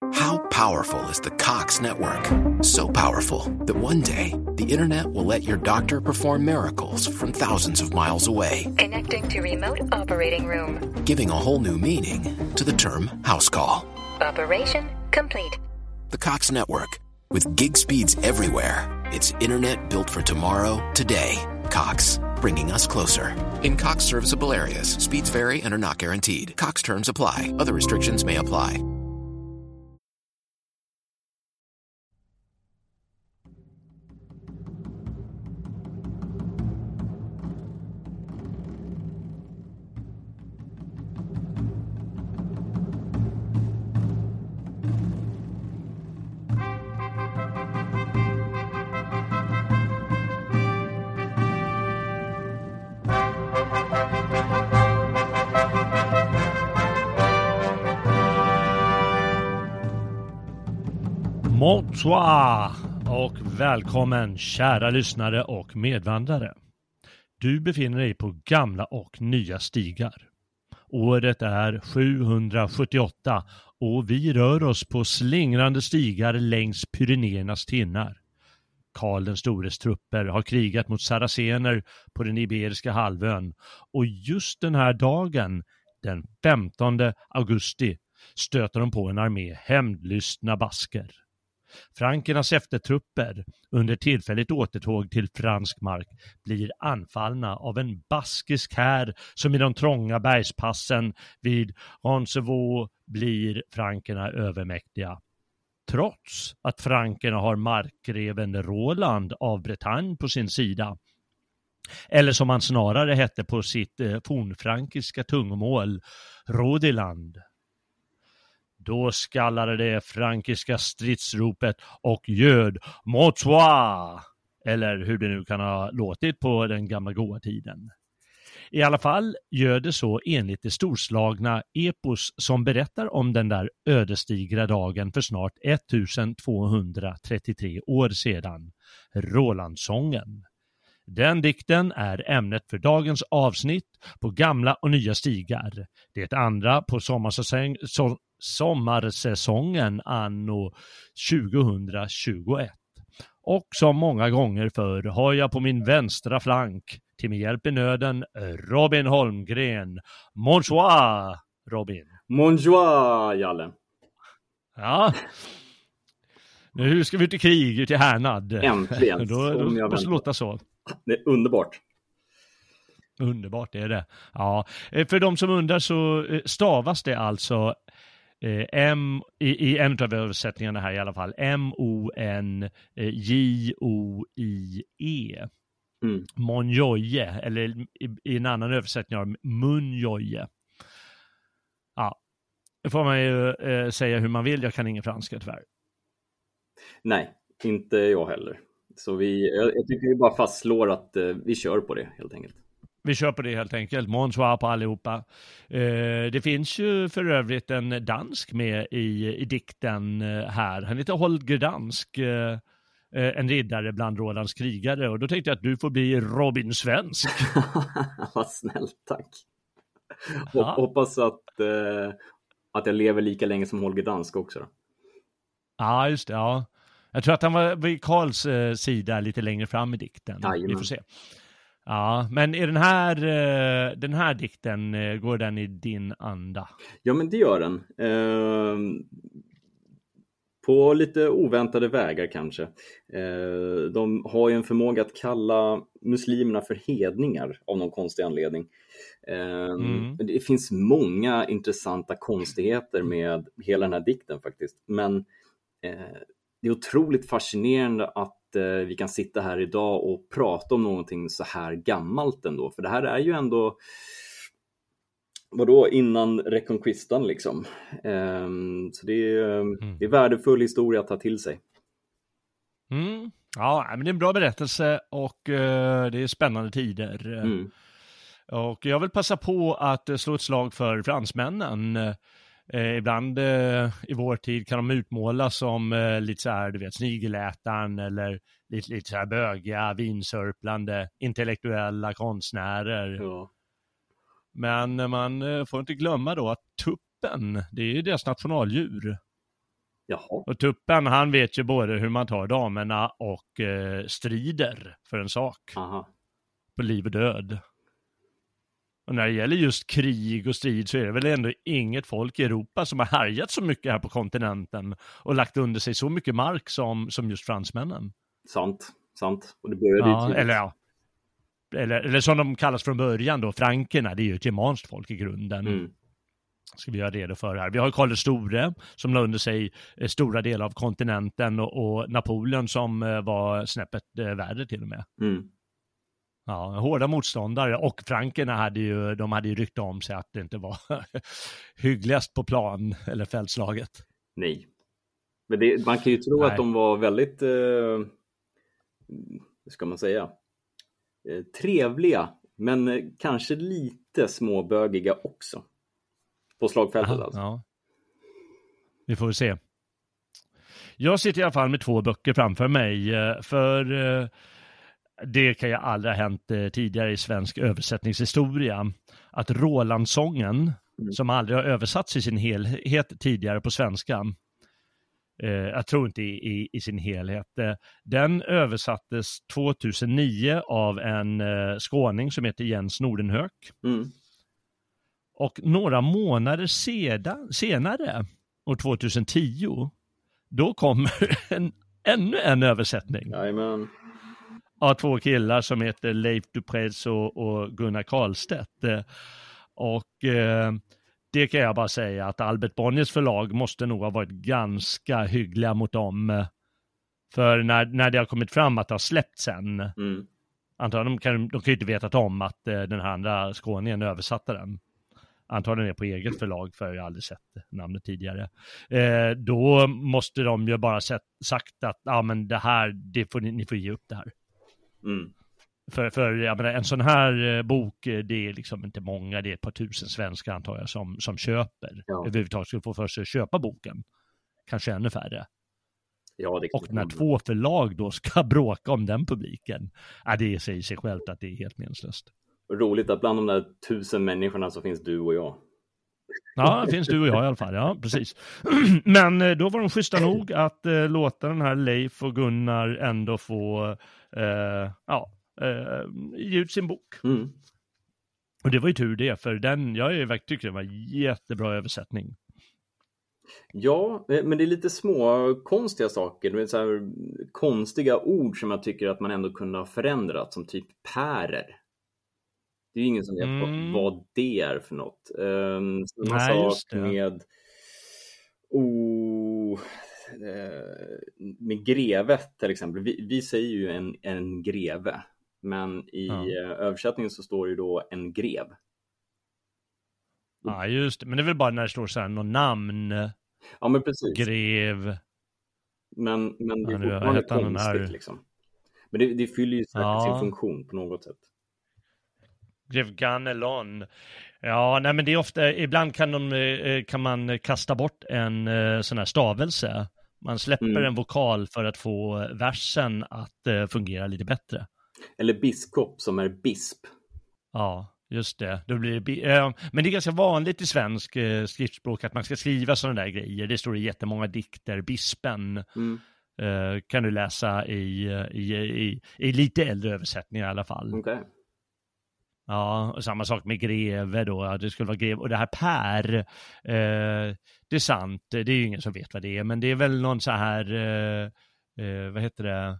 How powerful is the Cox network? So powerful that one day, the internet will let your doctor perform miracles from thousands of miles away. Connecting to remote operating room. Giving a whole new meaning to the term house call. Operation complete. The Cox network. With gig speeds everywhere. It's internet built for tomorrow, today. Cox, bringing us closer. In Cox serviceable areas, speeds vary and are not guaranteed. Cox terms apply. Other restrictions may apply. Bonsoir och välkommen kära lyssnare och medvandrare. Du befinner dig på gamla och nya stigar. Året är 778 och vi rör oss på slingrande stigar längs Pyrenéernas tinnar. Karl den stores trupper har krigat mot saracener på den iberiska halvön och just den här dagen, den 15 augusti, stöter de på en armé hämndlystna basker. Frankernas eftertrupper under tillfälligt återtåg till fransk mark blir anfallna av en baskisk här som i de trånga bergspassen vid Roncevaux blir frankerna övermäktiga. Trots att frankerna har markgreven Roland av Bretagne på sin sida. Eller som han snarare hette på sitt fornfrankiska tungomål, Rodiland. Då skallade det frankiska stridsropet och ljöd Montois, eller hur det nu kan ha låtit på den gamla goda tiden. I alla fall gör det så enligt det storslagna epos som berättar om den där ödesdigra dagen för snart 1233 år sedan, Rolandsången. Den dikten är ämnet för dagens avsnitt på gamla och nya stigar. Det andra på sommarsäsongen anno 2021. Och som många gånger förr har jag på min vänstra flank till min hjälp i nöden Robin Holmgren. Bonsoir, Robin. Bonjour, Jalle. Ja. Nu ska vi ut i krig, ut i härnad. Äntligen. Då måste låta så. Det är underbart. Underbart är det. Ja, för de som undrar så stavas det alltså i en av översättningarna här i alla fall Monjoie. Monjoie, eller i en annan översättning av Munjoie. Ja, det får man ju säga hur man vill. Jag kan ingen franska tyvärr. Nej, inte jag heller. Så jag tycker vi bara fastslår att vi kör på det helt enkelt. Vi kör på det helt enkelt. Bonsoir på allihopa. Det finns ju för övrigt en dansk med i dikten här. Han heter Holger Dansk, en riddare bland Rolands krigare. Och då tänkte jag att du får bli Robin Svensk. Vad snällt, tack. Hoppas att jag lever lika länge som Holger Dansk också då. Ja, just det. Ja. Jag tror att han var vid Karls sida lite längre fram i dikten. Jajamän. Vi får se. Ja, men är den här dikten, går den i din anda? Ja, men det gör den. På lite oväntade vägar kanske. De har ju en förmåga att kalla muslimerna för hedningar av någon konstig anledning. Det finns många intressanta konstigheter med hela den här dikten faktiskt. Men det är otroligt fascinerande att vi kan sitta här idag och prata om någonting så här gammalt ändå. För det här är ju ändå, vadå, innan Reconquistan liksom. Så det är värdefull historia att ta till sig. Ja, men det är en bra berättelse och det är spännande tider. Och jag vill passa på att slå ett slag för fransmännen. Ibland i vår tid kan de utmålas som lite så här, du vet, snigelätaren eller lite så här bögiga, vinsörplande, intellektuella konstnärer. Ja. Men man får inte glömma då att tuppen, det är ju deras nationaldjur. Jaha. Och tuppen, han vet ju både hur man tar damerna och strider för en sak. Aha. På liv och död. Och när det gäller just krig och strid så är det väl ändå inget folk i Europa som har härjat så mycket här på kontinenten och lagt under sig så mycket mark som just fransmännen. Sant. Och det började eller som de kallas från början då, frankerna, det är ju ett germanskt folk i grunden. Ska vi göra redo för här. Vi har Karl den store som la under sig stora delar av kontinenten och Napoleon som var snäppet värre till och med. Ja, hårda motståndare, och frankerna hade ju rykte om sig att det inte var hyggligast på plan eller fältslaget. Nej. Men man kan ju tro att de var väldigt ska man säga trevliga, men kanske lite småbögiga också. På slagfältet alltså. Ja. Vi får se. Jag sitter i alla fall med 2 böcker framför mig, för det kan ju aldrig ha hänt tidigare i svensk översättningshistoria att Rolandsången, som aldrig har översatts i sin helhet tidigare på svenska, jag tror inte i sin helhet, den översattes 2009 av en skåning som heter Jens Nordenhök. Och några månader senare, år 2010, då kommer ännu en översättning. Jajamän. Av 2 killar som heter Leif Duprez och Gunnar Karlstedt. Och det kan jag bara säga att Albert Bonniers förlag måste nog ha varit ganska hyggliga mot dem. För när det har kommit fram att det har släppts sen, antagligen de kan ju inte vetat om att den här andra skåningen översatte den. Antagligen är på eget förlag, för jag har aldrig sett namnet tidigare. Då måste de ju bara sagt att men det här, ni får ge upp det här. För jag menar, en sån här bok, det är liksom inte många, det är ett par tusen svenskar antar jag som köper. Överhuvudtaget skulle få för sig att köpa boken. Kanske ännu färre. Ja, och när 2 förlag då ska bråka om den publiken, det säger sig självt att det är helt meningslöst. Roligt att bland de där 1000 människorna så finns du och jag. Ja, det finns du och jag i alla fall, ja, precis. Men då var de schyssta nog att låta den här Leif och Gunnar ändå få ge ut sin bok. Och det var ju tur det, för jag tycker det var jättebra översättning. Ja, men det är lite små konstiga saker. Det är så här konstiga ord som jag tycker att man ändå kunde ha förändrat, som typ pärer. Det är ju ingen som vet vad det är för något. Samma sak med med greve till exempel. Vi säger ju en greve, men i översättningen så står det ju då en grev. Ja, just det. Men det är väl bara när det står så här någon namn. Ja, men precis. Grev. Men det är fortfarande konstigt liksom. Men det fyller ju sin funktion på något sätt. Grev Ganelon. Ja, nej, men det är ofta, ibland kan man kasta bort en sån här stavelse. Man släpper en vokal för att få versen att fungera lite bättre. Eller biskop som är bisp. Ja, just det. Då blir det men det är ganska vanligt i svensk skriftspråk att man ska skriva sådana där grejer. Det står i jättemånga dikter. Bispen kan du läsa i lite äldre översättningar i alla fall. Okay. Ja, och samma sak med greve då. Det skulle vara greve. Och det här Per, det är sant. Det är ju ingen som vet vad det är. Men det är väl någon så här, vad heter det?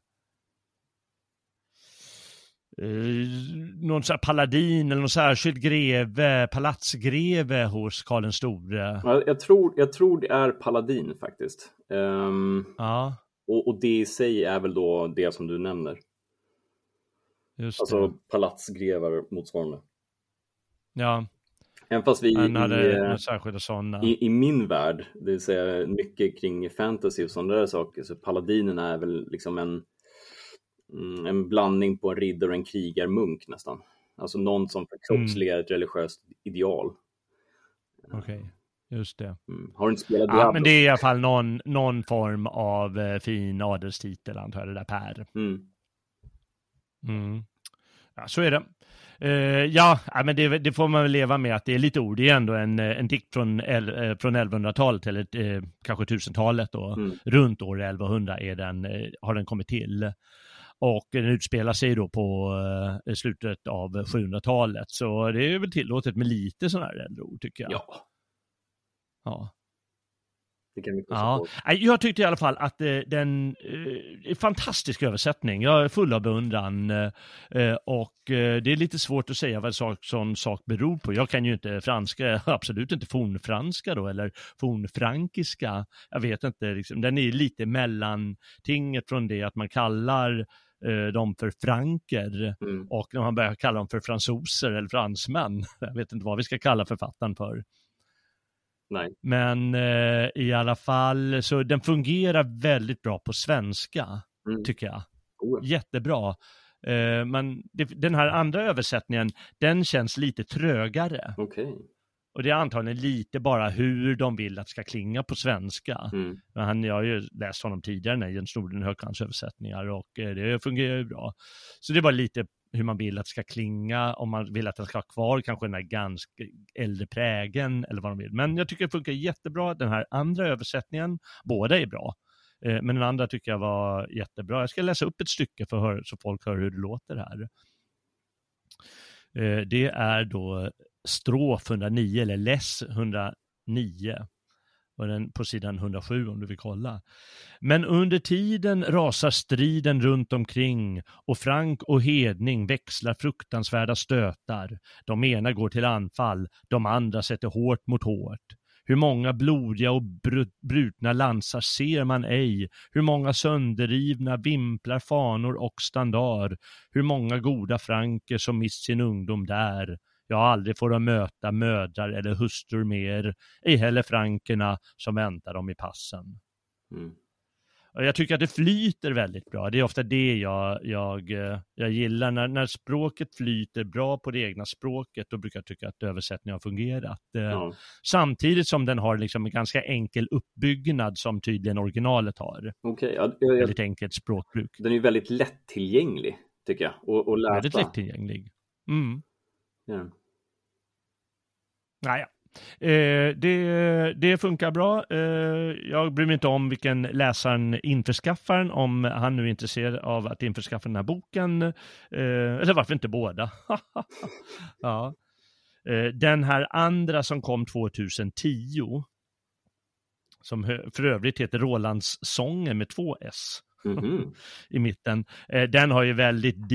Någon så här paladin eller någon särskild greve, palatsgreve hos Karl den store. Ja, jag tror det är paladin faktiskt. Ja. Och det i sig är väl då det som du nämner. Just alltså det. palatsgrevar motsvarande. Ja. Även fast vi i min värld, det vill säga mycket kring fantasy och sådana där saker, så paladinen är väl liksom en blandning på en riddare och en krigarmunk nästan. Alltså någon som förkroppsligar ett religiöst ideal. Okej, just det. Har du inte spelat Diablo? Ja, men det är i alla fall någon form av fin adelstitel, antar jag, det där Per. Ja, så är det. Men det får man väl leva med, att det är lite ord. Det är ändå en dikt från 1100-talet eller kanske 1000-talet då. Runt år 1100 har den kommit till. Och den utspelar sig då på slutet av 700-talet. Så det är väl tillåtet med lite sådana här äldre ord, tycker jag. Ja. Det kan vi jag tyckte i alla fall att den är fantastisk översättning. Jag är full av beundran och det är lite svårt att säga vad sån sak beror på. Jag kan ju inte franska, absolut inte fornfranska då, eller fornfrankiska. Jag vet inte, liksom, den är lite mellantinget från det att man kallar dem för franker och när man börjar kalla dem för fransoser eller fransmän. Jag vet inte vad vi ska kalla författaren för. Nej. Men i alla fall så den fungerar väldigt bra på svenska, tycker jag. Jättebra. Men den här andra översättningen, den känns lite trögare. Och det är antagligen lite bara hur de vill att ska klinga på svenska. Men jag har ju läst honom tidigare när Jens Nordenhög översättningar och det fungerar ju bra. Så det var lite hur man vill att det ska klinga, om man vill att den ska ha kvar kanske den här ganska äldre prägen eller vad de vill. Men jag tycker det funkar jättebra. Den här andra översättningen, båda är bra. Men den andra tycker jag var jättebra. Jag ska läsa upp ett stycke så folk hör hur det låter här. Det är då strof 109 eller läs 109. Och den på sidan 107 om du vill kolla. Men under tiden rasar striden runt omkring och Frank och hedning växlar fruktansvärda stötar. De ena går till anfall, de andra sätter hårt mot hårt. Hur många blodiga och brutna lansar ser man ej, hur många sönderrivna vimplar, fanor och standar, hur många goda franker som mist sin ungdom där. Jag aldrig får de möta mödrar eller hustrur mer, ej heller frankerna som väntar dem i passen. Och jag tycker att det flyter väldigt bra. Det är ofta det jag gillar. När språket flyter bra på det egna språket, då brukar jag tycka att översättningen har fungerat. Samtidigt som den har liksom en ganska enkel uppbyggnad som tydligen originalet har. Väldigt enkelt språkbruk. Den är ju väldigt lättillgänglig, tycker jag. Och läsa. Väldigt lättillgänglig. Naja. Det funkar bra. Jag bryr mig inte om vilken läsaren införskaffar den, om han nu är intresserad av att införskaffa den här boken. Eller varför inte båda? Ja. Den här andra som kom 2010, som för övrigt heter Rolandssången med 2 S. I mitten. Den har ju väldigt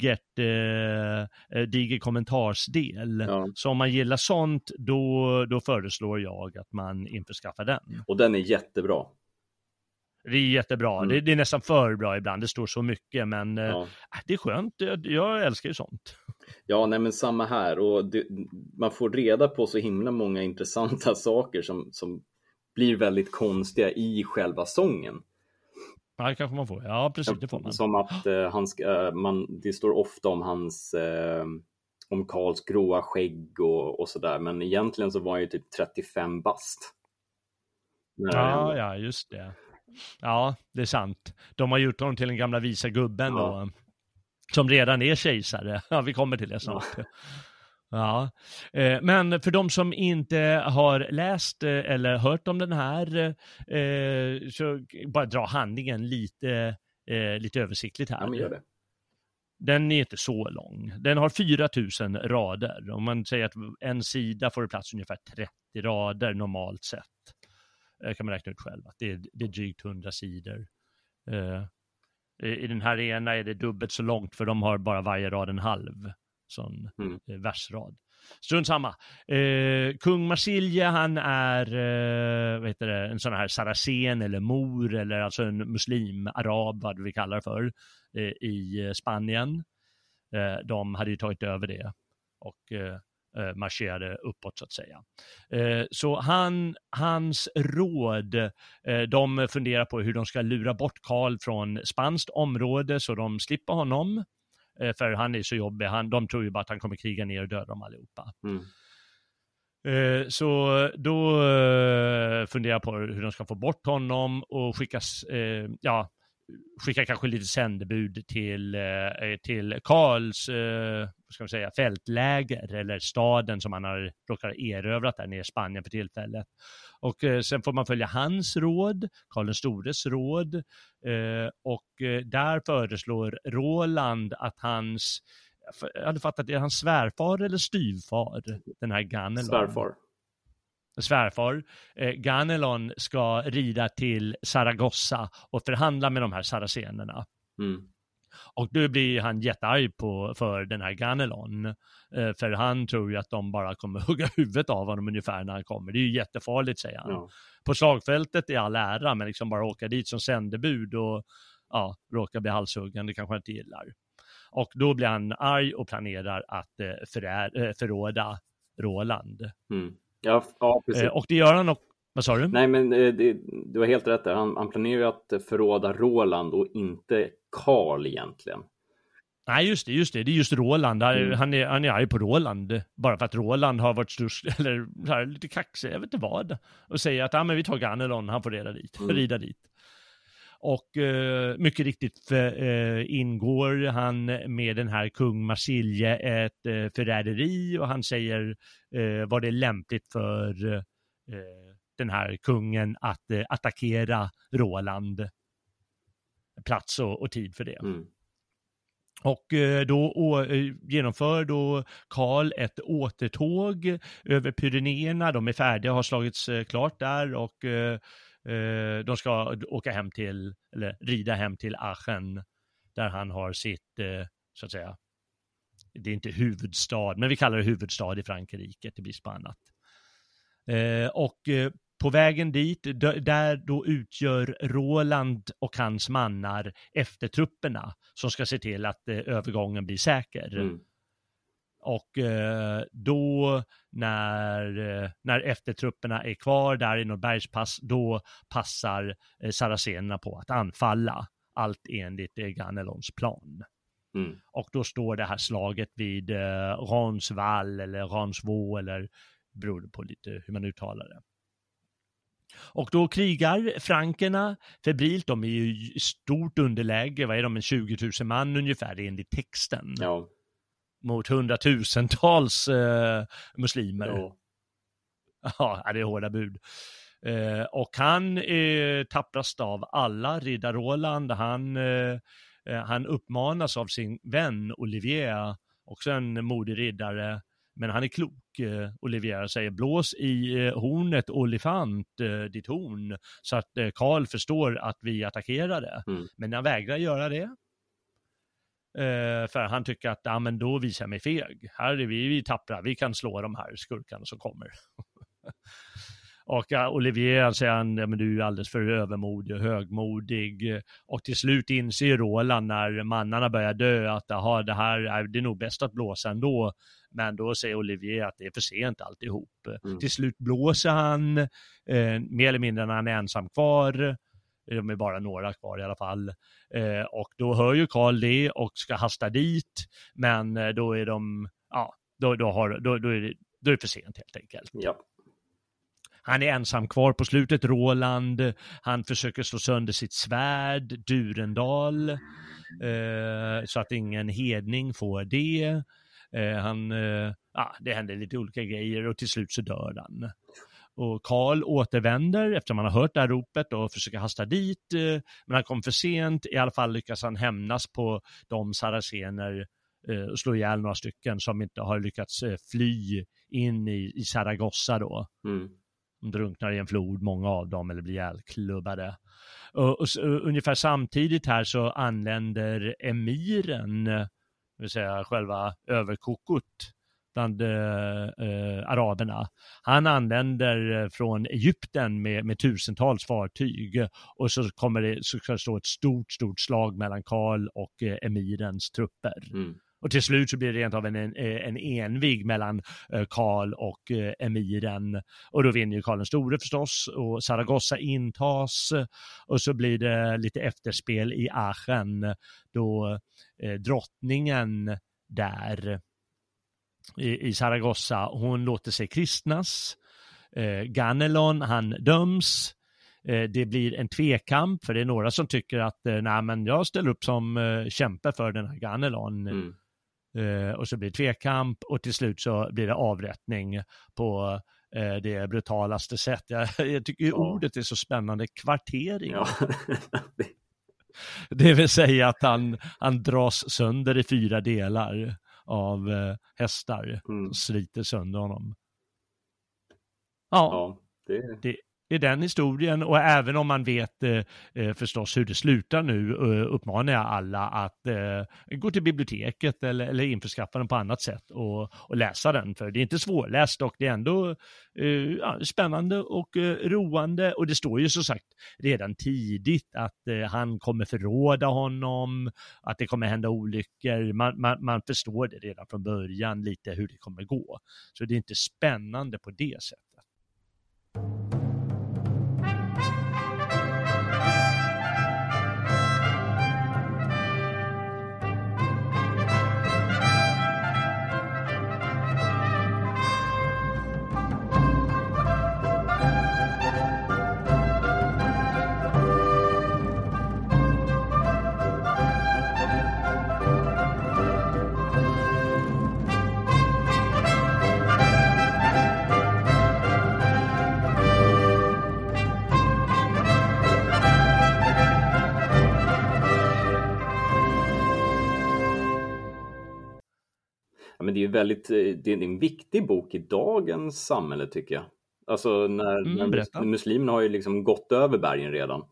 diger kommentarsdel. Så om man gillar sånt, då föreslår jag att man införskaffar den. Och den är jättebra. Det är jättebra. Det är nästan för bra ibland. Det står så mycket, men det är skönt. Jag älskar ju sånt. Ja, nej, men samma här. Och man får reda på så himla många intressanta saker som blir väldigt konstiga i själva sången. Ja, kanske man får. Ja, precis, det får man. Som att det står ofta om om Karls gråa skägg och sådär. Men egentligen så var han ju typ 35 bast. Ja, just det. Ja, det är sant. De har gjort honom till den gamla visa gubben då, som redan är kejsare. Ja, vi kommer till det snart. Ja, men för de som inte har läst eller hört om den här, så bara dra handlingen lite översiktligt här. Ja, men gör det. Den är inte så lång. Den har 4000 rader. Om man säger att en sida får plats ungefär 30 rader normalt sett. Kan man räkna ut själv att det är drygt 100 sidor. I den här ena är det dubbelt så långt, för de har bara varje rad en halv sån versrad. Strunt samma. Kung Marsilje, han är en sån här saracen eller mor, eller alltså en muslim, arab, vad vi kallar det för, i Spanien. De hade ju tagit över det och marscherade uppåt så att säga. Så hans råd, de funderar på hur de ska lura bort Karl från spanskt område så de slipper honom. För han är så jobbig. De tror ju bara att han kommer kriga ner och döda dem allihopa. Så då funderar jag på hur de ska få bort honom och skickas, skickar kanske lite sändebud till Karls ska man säga, fältläger eller staden som han har råkat erövrat där nere i Spanien för tillfället. Och sen får man följa hans råd, Karl den stores råd, och där föreslår Roland att jag hade fattat det, hans svärfar eller styvfar, den här Ganelon. Svärfar. Ganelon ska rida till Zaragoza och förhandla med de här saracenerna. Och då blir han jättearg för den här Ganelon. För han tror ju att de bara kommer hugga huvudet av honom ungefär när han kommer. Det är ju jättefarligt, säger han. Ja. På slagfältet är all ära, men liksom bara åka dit som sändebud och råka bli halshuggen, det kanske han inte gillar. Och då blir han arg och planerar att förråda Roland. Ja, precis. Och det gör han också. Vad sa du? Nej, men du har helt rätt där. Han planerar att förråda Roland och inte Karl egentligen. Nej, just det. Det är just Roland. Han är arg på Roland. Bara för att Roland har varit störst, eller lite kaxig, jag vet inte vad. Och säger att men vi tar Ganelon, han får rida dit. Och mycket riktigt ingår han med den här kung Marsilje ett förräderi, och han säger vad det är lämpligt för den här kungen att attackera Roland. Plats och tid för det. Och då genomför då Karl ett återtåg över Pyrenéerna. De är färdiga, har slagits klart där, och de ska rida hem till Aachen, där han har sitt, så att säga, det är inte huvudstad, men vi kallar det huvudstad i Frankrike, det blir annat. Och på vägen dit, där då utgör Roland och hans mannar eftertrupperna som ska se till att övergången blir säker. Och då när eftertrupperna är kvar där i något bergspass, då passar saracenerna på att anfalla, allt enligt Ganelons plan. Och då står det här slaget vid Roncesvalles eller Roncesvalles, eller beror på lite hur man uttalar det. Och då krigar frankerna febrilt. De är ju i stort underläge. Vad är de? 20 000 man ungefär enligt texten. Ja. Mot hundratusentals muslimer. Ja, det är hårda bud. Och han är tapprast av alla. Riddar Roland, han uppmanas av sin vän Olivier, också en modig riddare. Men han är klok. Olivier säger: blås i hornet, Olifant, ditt horn, så att Karl förstår att vi attackerade. Men han vägrar göra det. För han tycker att men då visar jag mig feg. Här är vi tappra, vi kan slå de här skurkarna som kommer. Och Olivier säger men du är alldeles för övermodig och högmodig. Och till slut inser Roland, när mannarna börjar dö, att det är nog bäst att blåsa ändå. Men då säger Olivier att det är för sent alltihop. Till slut blåser han, mer eller mindre när han är ensam kvar. De är bara några kvar i alla fall. Och då hör ju Karl det och ska hasta dit. Men då är då är det för sent helt enkelt. Ja. Han är ensam kvar på slutet, Roland. Han försöker slå sönder sitt svärd, Durendal, så att ingen hedning får det. Det händer lite olika grejer och till slut så dör han. Och Karl återvänder efter man har hört det här ropet och försöker hasta dit, men han kom för sent. I alla fall lyckas han hämnas på de saracener och slå ihjäl några stycken som inte har lyckats fly in i Zaragoza då. De drunknar i en flod, många av dem, eller blir ihjälklubbade. Och ungefär samtidigt här så anländer emiren, det vill säga själva överkokot bland araberna. Han anländer från Egypten med tusentals fartyg, och så ska det stå ett stort slag mellan Karl och emirens trupper. Och till slut så blir det rent av en envig mellan Karl och emiren. Och då vinner ju Karl den store förstås, och Zaragoza intas. Och så blir det lite efterspel i Aachen, då drottningen där i Zaragoza, hon låter sig kristnas. Ganelon, han döms. det blir en tvekamp, för det är några som tycker att nej, men jag ställer upp som kämpe för den här Ganelon. Och så blir det tvekamp och till slut så blir det avrättning på det brutalaste sätt. Jag tycker ordet är så spännande, kvartering. Ja. Det vill säga att han dras sönder i 4 delar av hästar och sliter sönder honom. Ja, det är den historien, och även om man vet förstås hur det slutar nu, uppmanar jag alla att gå till biblioteket eller införskaffa den på annat sätt och läsa den, för det är inte svårläst och det är ändå spännande och roande, och det står ju så sagt redan tidigt att han kommer förråda honom, att det kommer hända olyckor, man förstår det redan från början lite hur det kommer gå, så det är inte spännande på det sättet. Men det är ju det är en viktig bok i dagens samhälle, tycker jag. Alltså när muslimerna har ju liksom gått över bergen redan.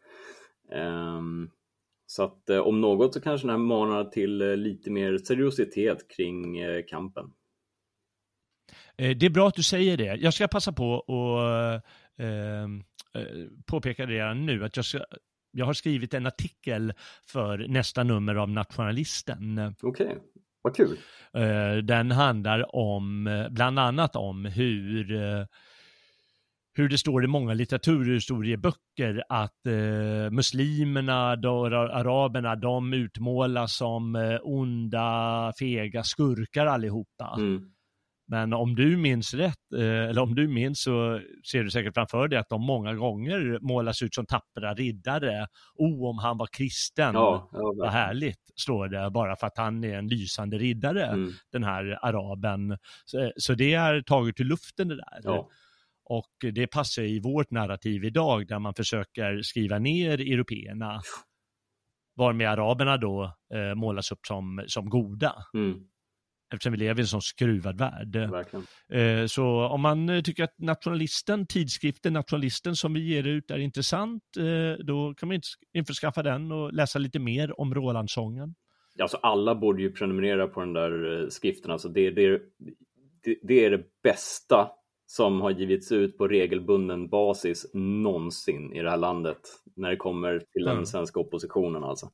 Så att om något så kanske den här manar till lite mer seriositet kring kampen. Det är bra att du säger det. Jag ska passa på att påpeka det redan nu, att jag har skrivit en artikel för nästa nummer av Nationalisten. Okej. Vad kul. Den handlar bland annat om hur det står i många litteraturhistorieböcker att muslimerna, araberna, de utmålas som onda, fega skurkar allihopa. Men om du minns rätt, eller om du minns, så ser du säkert framför dig att de många gånger målas ut som tappra riddare. Om han var kristen, vad härligt, står det, bara för att han är en lysande riddare, den här araben. Så det är taget ur luften det där. Ja. Och det passar i vårt narrativ idag, där man försöker skriva ner européerna, varmed araberna då målas upp som goda. Eftersom vi lever i en sån skruvad värld. Så om man tycker att tidskriften Nationalisten som vi ger ut är intressant, då kan man införskaffa den och läsa lite mer om Rolandsången. Alltså alla borde ju prenumerera på den där skriften. Alltså det är det bästa som har givits ut på regelbunden basis någonsin i det här landet när det kommer till den svenska oppositionen alltså.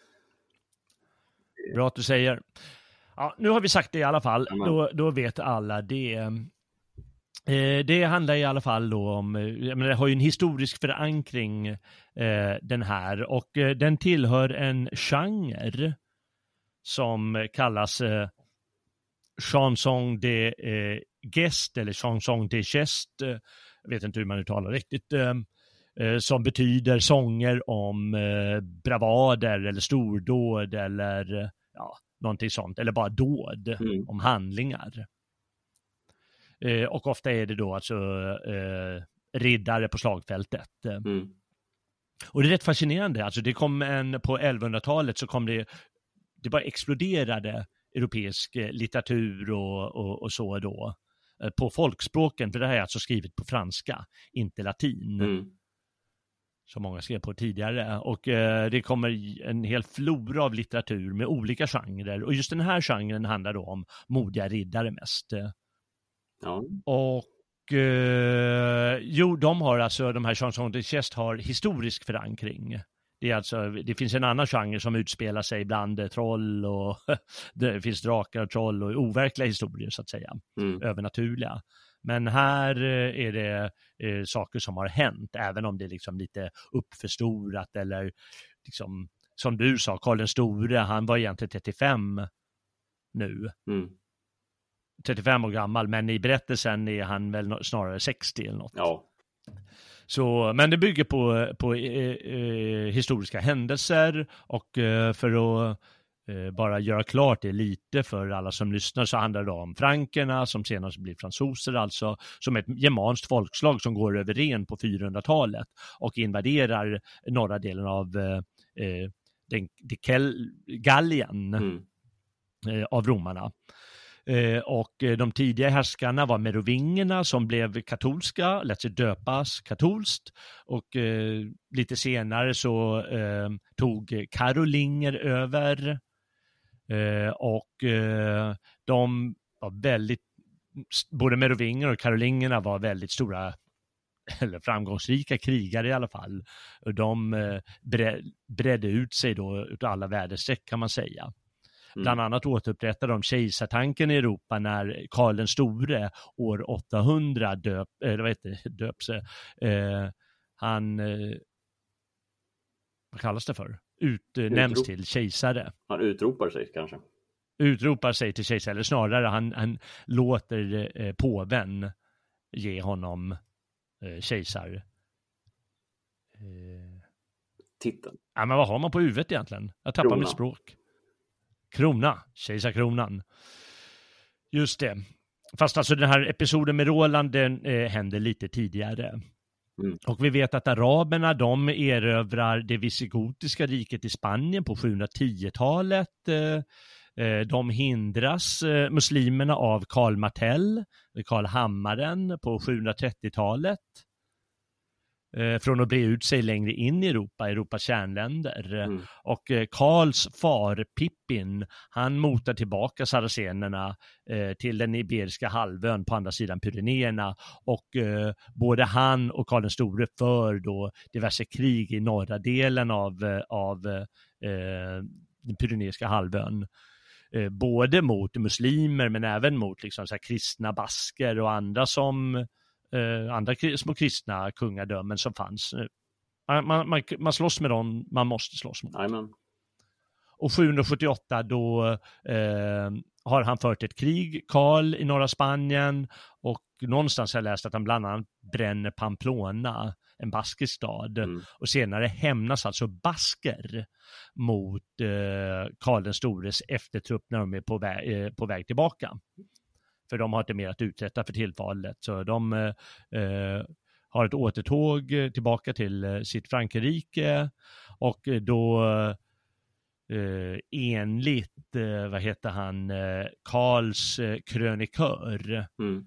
Bra att du säger. Ja, nu har vi sagt det i alla fall. Då vet alla det. Det handlar i alla fall då om, det har ju en historisk förankring den här, och den tillhör en genre som kallas chanson de geste eller chanson de geste. Jag vet inte hur man uttalar riktigt. Som betyder sånger om bravader eller stordåd eller någonting sånt, eller bara dåd om handlingar. Och ofta är det då alltså riddare på slagfältet. Och det är rätt fascinerande. Alltså det kom på 1100-talet så kom det bara exploderade europeisk litteratur och så då på folkspråken, för det här är alltså skrivet på franska, inte latin. Som många skrev på tidigare. Och det kommer en hel flora av litteratur med olika genrer. Och just den här genren handlar då om modiga riddare mest. Ja. Och de har alltså, de här chansons de geste har historisk förankring. Det finns en annan genre som utspelar sig bland troll och det finns drakar och troll och overkliga historier så att säga. Övernaturliga. Men här är det saker som har hänt, även om det är liksom lite uppförstorat, eller liksom, som du sa, Karl den store, han var egentligen 35 nu. 35 år gammal, men i berättelsen är han väl snarare 60 eller något. Ja. Så, men det bygger på historiska händelser, och för att bara göra klart det lite för alla som lyssnar, så handlar det om frankerna som senare blir fransoser, alltså som ett germanskt folkslag som går över Ren på 400-talet och invaderar norra delen av Gallien av romarna. Och de tidiga härskarna var merovingerna som blev katolska, lät sig döpas katolskt, och lite senare så tog karolinger över, och de var väldigt, både merovinger och karolingerna var väldigt stora eller framgångsrika krigare i alla fall. De bredde ut sig då ut alla väderstreck, kan man säga. Bland annat återupprättade de kejsartanken i Europa när Karl den store år 800 han vad kallas det för? Utnämns till kejsare. Han utropar sig kanske. Utropar sig till kejsare, eller snarare han låter påven ge honom kejsar. Titeln. Ja, men vad har man på huvudet egentligen? Jag tappar mitt språk. Krona, kejsarkronan. Just det. Fast alltså den här episoden med Roland, den hände lite tidigare. Och vi vet att araberna, de erövrar det visigotiska riket i Spanien på 710-talet. De hindras, muslimerna, av Karl Martell, Karl Hammaren på 730-talet. Från att bre ut sig längre in i Europas kärnländer. Och Karls far Pippin, han motar tillbaka saracenerna till den iberiska halvön på andra sidan Pyrenéerna, och både han och Karl den store för då diverse krig i norra delen av den pyreneiska halvön. Både mot muslimer men även mot liksom så här kristna basker och andra små kristna kungadömen som fanns. Man slåss med dem, man måste slåss mot. Amen. Och 778 då har han fört ett krig, Karl, i norra Spanien, och någonstans har jag läst att han bland annat bränner Pamplona, en baskisk stad, och senare hämnas alltså basker mot Karl den stores eftertrupp när de är på väg tillbaka. För de har inte mer att uträtta för tillfället. Så de har ett återtåg tillbaka till sitt Frankrike. Och då enligt, Karls krönikör,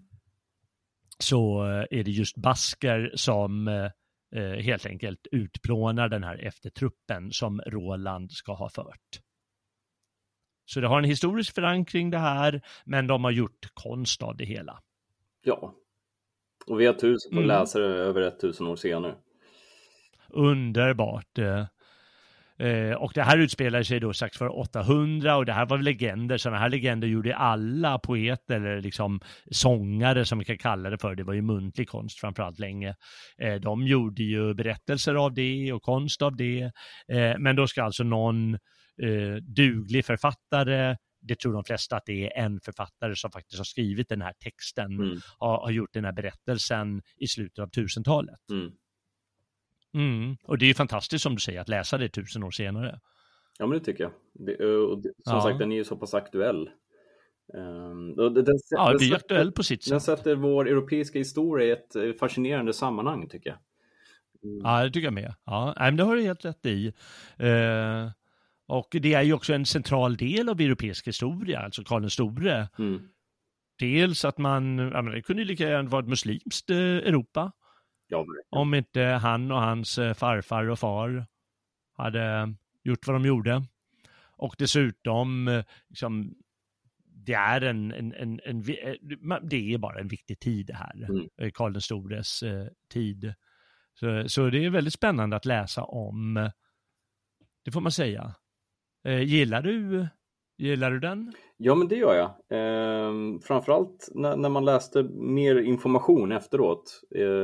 så är det just basker som helt enkelt utplånar den här eftertruppen som Roland ska ha fört. Så det har en historisk förankring det här, men de har gjort konst av det hela. Ja, och vi har 1000 läsare över 1000 år senare. Underbart. Och det här utspelar sig då strax för 800, och det här var legender. Sådana här legender gjorde alla poeter eller liksom sångare, som vi kan kalla det för. Det var ju muntlig konst framförallt länge. De gjorde ju berättelser av det och konst av det. Men då ska alltså någon duglig författare, det tror de flesta att det är en författare som faktiskt har skrivit den här texten, har gjort den här berättelsen i slutet av 1000-talet. Och det är ju fantastiskt, som du säger, att läsa det 1000 år senare. Ja, men det tycker jag. Som sagt, den är ju så pass aktuell. Det är aktuell på sitt sätt. Den sätter vår europeiska historia i ett fascinerande sammanhang, tycker jag. Ja, det tycker jag med. Ja, men det har du helt rätt i. Och det är ju också en central del av europeisk historia, alltså Karl den store. Dels att det kunde ju lika gärna vara ett muslimskt Europa. Ja, om inte han och hans farfar och far hade gjort vad de gjorde. Och dessutom liksom, det är det är bara en viktig tid här, Karl den stores tid. Så det är väldigt spännande att läsa om, det får man säga. Gillar du den? Ja, men det gör jag. Framförallt när man läste mer information efteråt.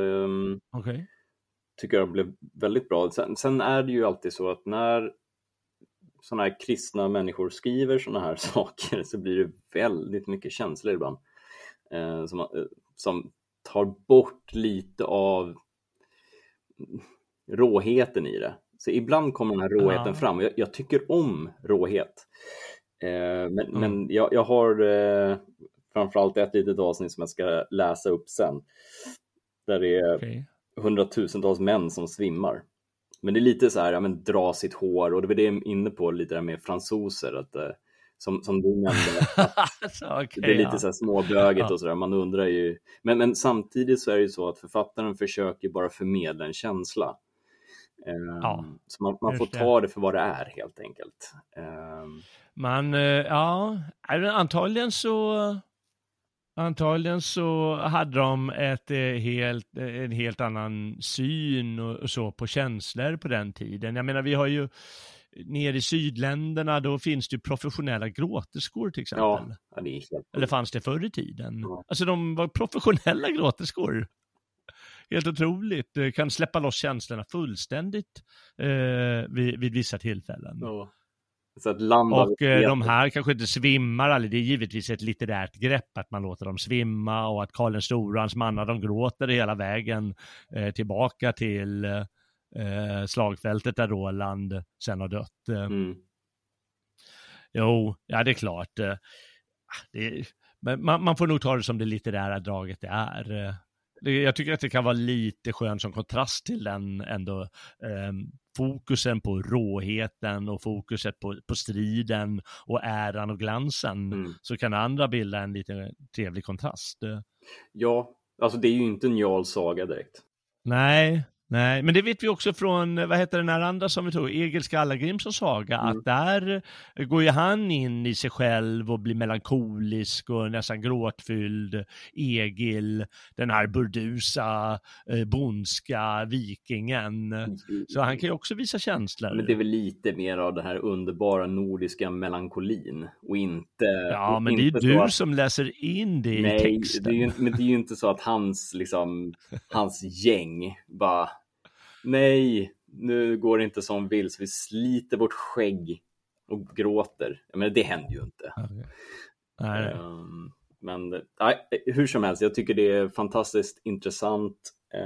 Tycker jag det blev väldigt bra. Sen är det ju alltid så att när sådana här kristna människor skriver sådana här saker, så blir det väldigt mycket känslor ibland. Som tar bort lite av råheten i det. Så ibland kommer den här råheten fram. Jag tycker om råhet. Men jag har framförallt ett litet avsnitt som jag ska läsa upp sen. Där det är hundratusentals män som svimmar. Men det är lite så här, dra sitt hår. Och det var det jag är inne på lite där med fransoser. Att, som du nämnde. Det är lite så här småböget och sådär. Man undrar ju. Men samtidigt så är det ju så att författaren försöker bara förmedla en känsla. Så man får ta det för vad det är helt enkelt. Antagligen så hade de en helt annan syn och så på känslor på den tiden. Jag menar, vi har ju nere i sydländerna, då finns det ju professionella gråterskor till exempel. Ja, det är helt... Eller fanns det förr i tiden? Ja. Alltså de var professionella gråterskor. Helt otroligt. Kan släppa loss känslorna fullständigt vid vissa tillfällen. Ja. Så att och de här kanske inte svimmar. Det är givetvis ett litterärt grepp att man låter dem svimma, och att Karl den store och hans mannar, de gråter hela vägen tillbaka till slagfältet där Roland sen har dött. Jo, ja, det är klart. Man får nog ta det som det litterära draget det är. Jag tycker att det kan vara lite skönt som kontrast till den ändå fokusen på råheten och fokuset på striden och äran och glansen. Så kan andra bilda en lite trevlig kontrast. Ja, alltså det är ju inte en Jarl saga direkt. Nej, men det vet vi också från, vad heter den här andra som vi tog, Egil Skallagrimssons saga, att där går ju han in i sig själv och blir melankolisk och nästan gråtfylld. Egil, den här burdusa, bondska vikingen. Så han kan ju också visa känslor. Men det är väl lite mer av den här underbara nordiska melankolin och inte... Ja, men det är ju du som läser in det i texten. Men det är ju inte så att hans gäng bara... Nej, nu går det inte som vill, så vi sliter vårt skägg och gråter. Men det händer ju inte. Nej. Men hur som helst, jag tycker det är fantastiskt intressant.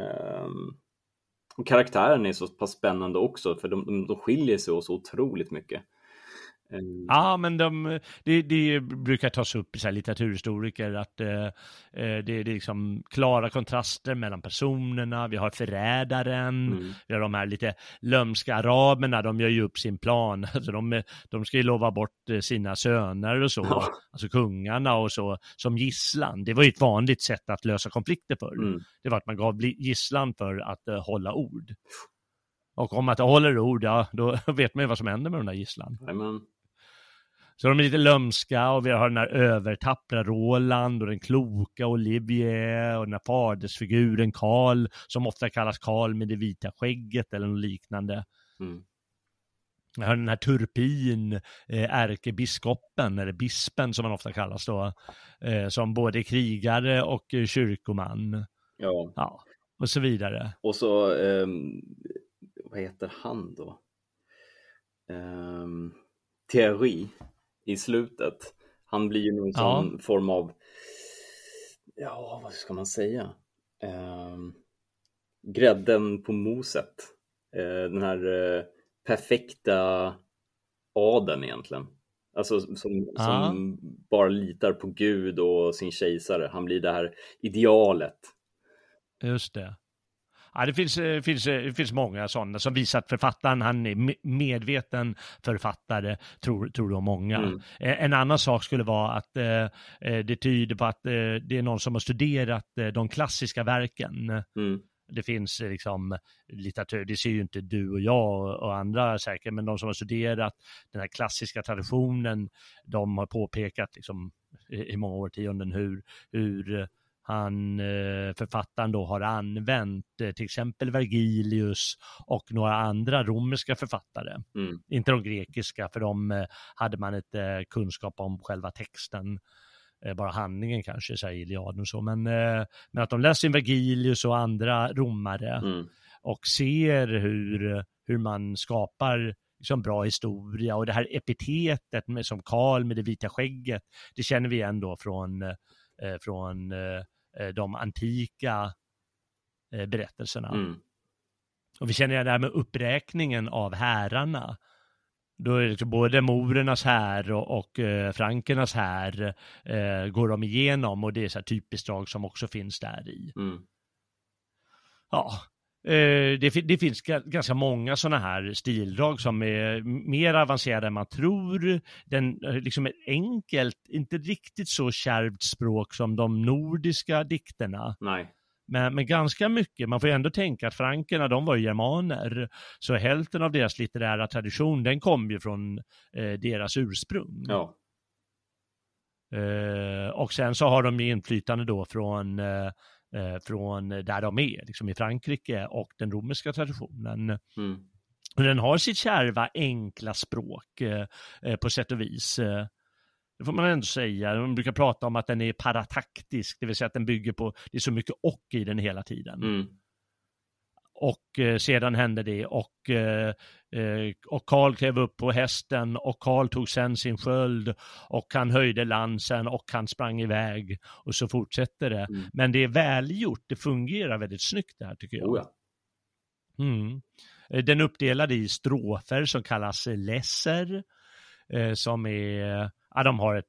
Och karaktären är så pass spännande också, för de skiljer sig så otroligt mycket. Ja, men det brukar tas upp i så här litteraturhistoriker att det är liksom klara kontraster mellan personerna. Vi har förrädaren, vi har de här lite lömska araberna, de gör ju upp sin plan. Alltså de ska ju lova bort sina söner och så, alltså kungarna och så, som gisslan. Det var ju ett vanligt sätt att lösa konflikter förr. Det var att man gav gisslan för att hålla ord. Och om att håller ord, ja, då vet man ju vad som händer med de där gisslan. Amen. Så de är lite lömska, och vi har den här övertappra Roland och den kloka Olivier och den här fadersfiguren Karl, som ofta kallas Karl med det vita skägget eller något liknande. Jag har den här Turpin, ärkebiskopen eller bispen som man ofta kallas då, som både krigare och kyrkoman. Ja, och så vidare. Och så, vad heter han då? Thierry i slutet. Han blir ju någon sån form av, vad ska man säga? Grädden på moset. Den här perfekta adeln egentligen. Alltså som bara litar på Gud och sin kejsare. Han blir det här idealet. Just det. Ja, det finns många sådana som visar att författaren, han är medveten författare, tror de många. En annan sak skulle vara att det tyder på att det är någon som har studerat de klassiska verken. Det finns liksom litteratur, det ser ju inte du och jag och andra säkert, men de som har studerat den här klassiska traditionen, de har påpekat liksom i många årtionden hur författaren då har använt till exempel Vergilius och några andra romerska författare. Inte de grekiska, för de hade man inte kunskap om själva texten, bara handlingen kanske, så här Iliaden och så, men att de läser in Vergilius och andra romare och ser hur man skapar liksom bra historia, och det här epitetet som Karl med det vita skägget, det känner vi igen då från de antika berättelserna. Och vi känner det här med uppräkningen av härarna. Då är det liksom både morernas här och frankernas här går de igenom, och det är så här typiskt drag som också finns där i. Ja, det finns ganska många sådana här stildrag som är mer avancerade än man tror. Den liksom ett enkelt, inte riktigt så kärvt språk som de nordiska dikterna. Nej. Men ganska mycket. Man får ju ändå tänka att frankerna, de var ju germaner. Så hälften av deras litterära tradition, den kom ju från deras ursprung. Ja. Och sen så har de inflytande då från där de är, liksom i Frankrike och den romerska traditionen. Och den har sitt kärva, enkla språk på sätt och vis. Det får man ändå säga. Man brukar prata om att den är parataktisk, det vill säga att den bygger på, det är så mycket och i den hela tiden. Och sedan hände det och Karl klev upp på hästen och Karl tog sen sin sköld och han höjde lansen och han sprang iväg och så fortsätter det. Men det är välgjort, det fungerar väldigt snyggt det här tycker jag. Den uppdelade i strofer som kallas lässer, som är, de har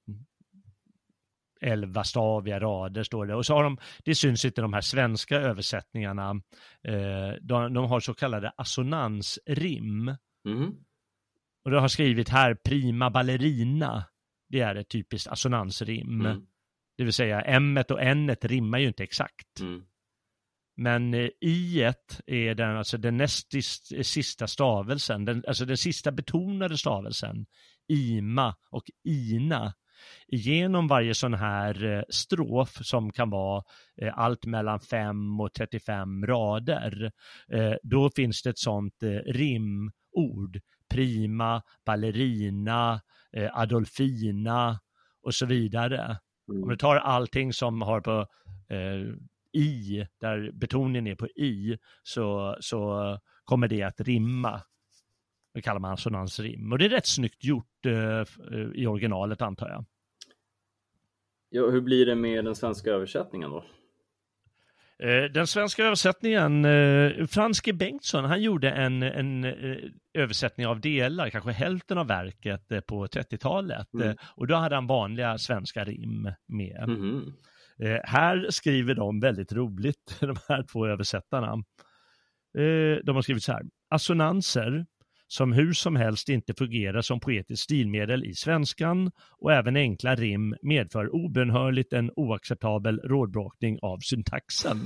11 staviga rader står det. Och så har de, det syns inte de här svenska översättningarna, de har så kallade assonansrim. Och det har skrivit här prima ballerina, det är ett typiskt assonansrim. Det vill säga m-et och n-et rimmar ju inte exakt. Men i-et är den, alltså den näst sista stavelsen, alltså den sista betonade stavelsen, ima och ina. Genom varje sån här strof som kan vara allt mellan 5 och 35 rader, då finns det ett sånt rimord, prima, ballerina, Adolfina och så vidare. Om du tar allting som har på i, där betoningen är på i, så kommer det att rimma. Det kallar man assonansrim. Och det är rätt snyggt gjort i originalet antar jag. Ja, hur blir det med den svenska översättningen då? Den svenska översättningen, Frans G. Bengtsson, han gjorde en översättning av delar, kanske hälften av verket på 30-talet. Och då hade han vanliga svenska rim med. Här skriver de väldigt roligt, de här två översättarna. De har skrivit så här: assonanser som hur som helst inte fungerar som poetiskt stilmedel i svenskan, och även enkla rim medför obönhörligt en oacceptabel rådbråkning av syntaxen.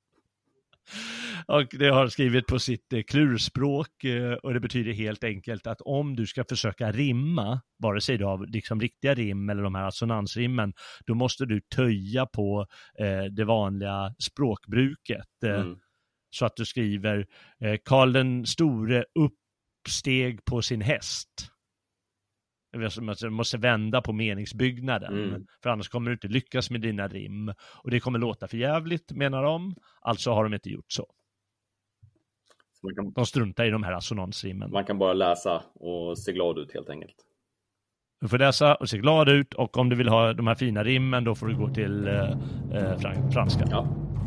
Och det har skrivit på sitt klurspråk, och det betyder helt enkelt att om du ska försöka rimma, vare sig du har liksom riktiga rim eller de här assonansrimmen, då måste du töja på det vanliga språkbruket. Så att du skriver Karl den store uppsteg på sin häst. Du måste vända på meningsbyggnaden, för annars kommer du inte lyckas med dina rim, och det kommer låta för jävligt, menar de. Alltså har de inte gjort så. De struntar i de här assonansrimmen. Man kan bara läsa och se glad ut helt enkelt. Du får läsa och se glad ut, och om du vill ha de här fina rimmen, då får du gå till franska. Ja.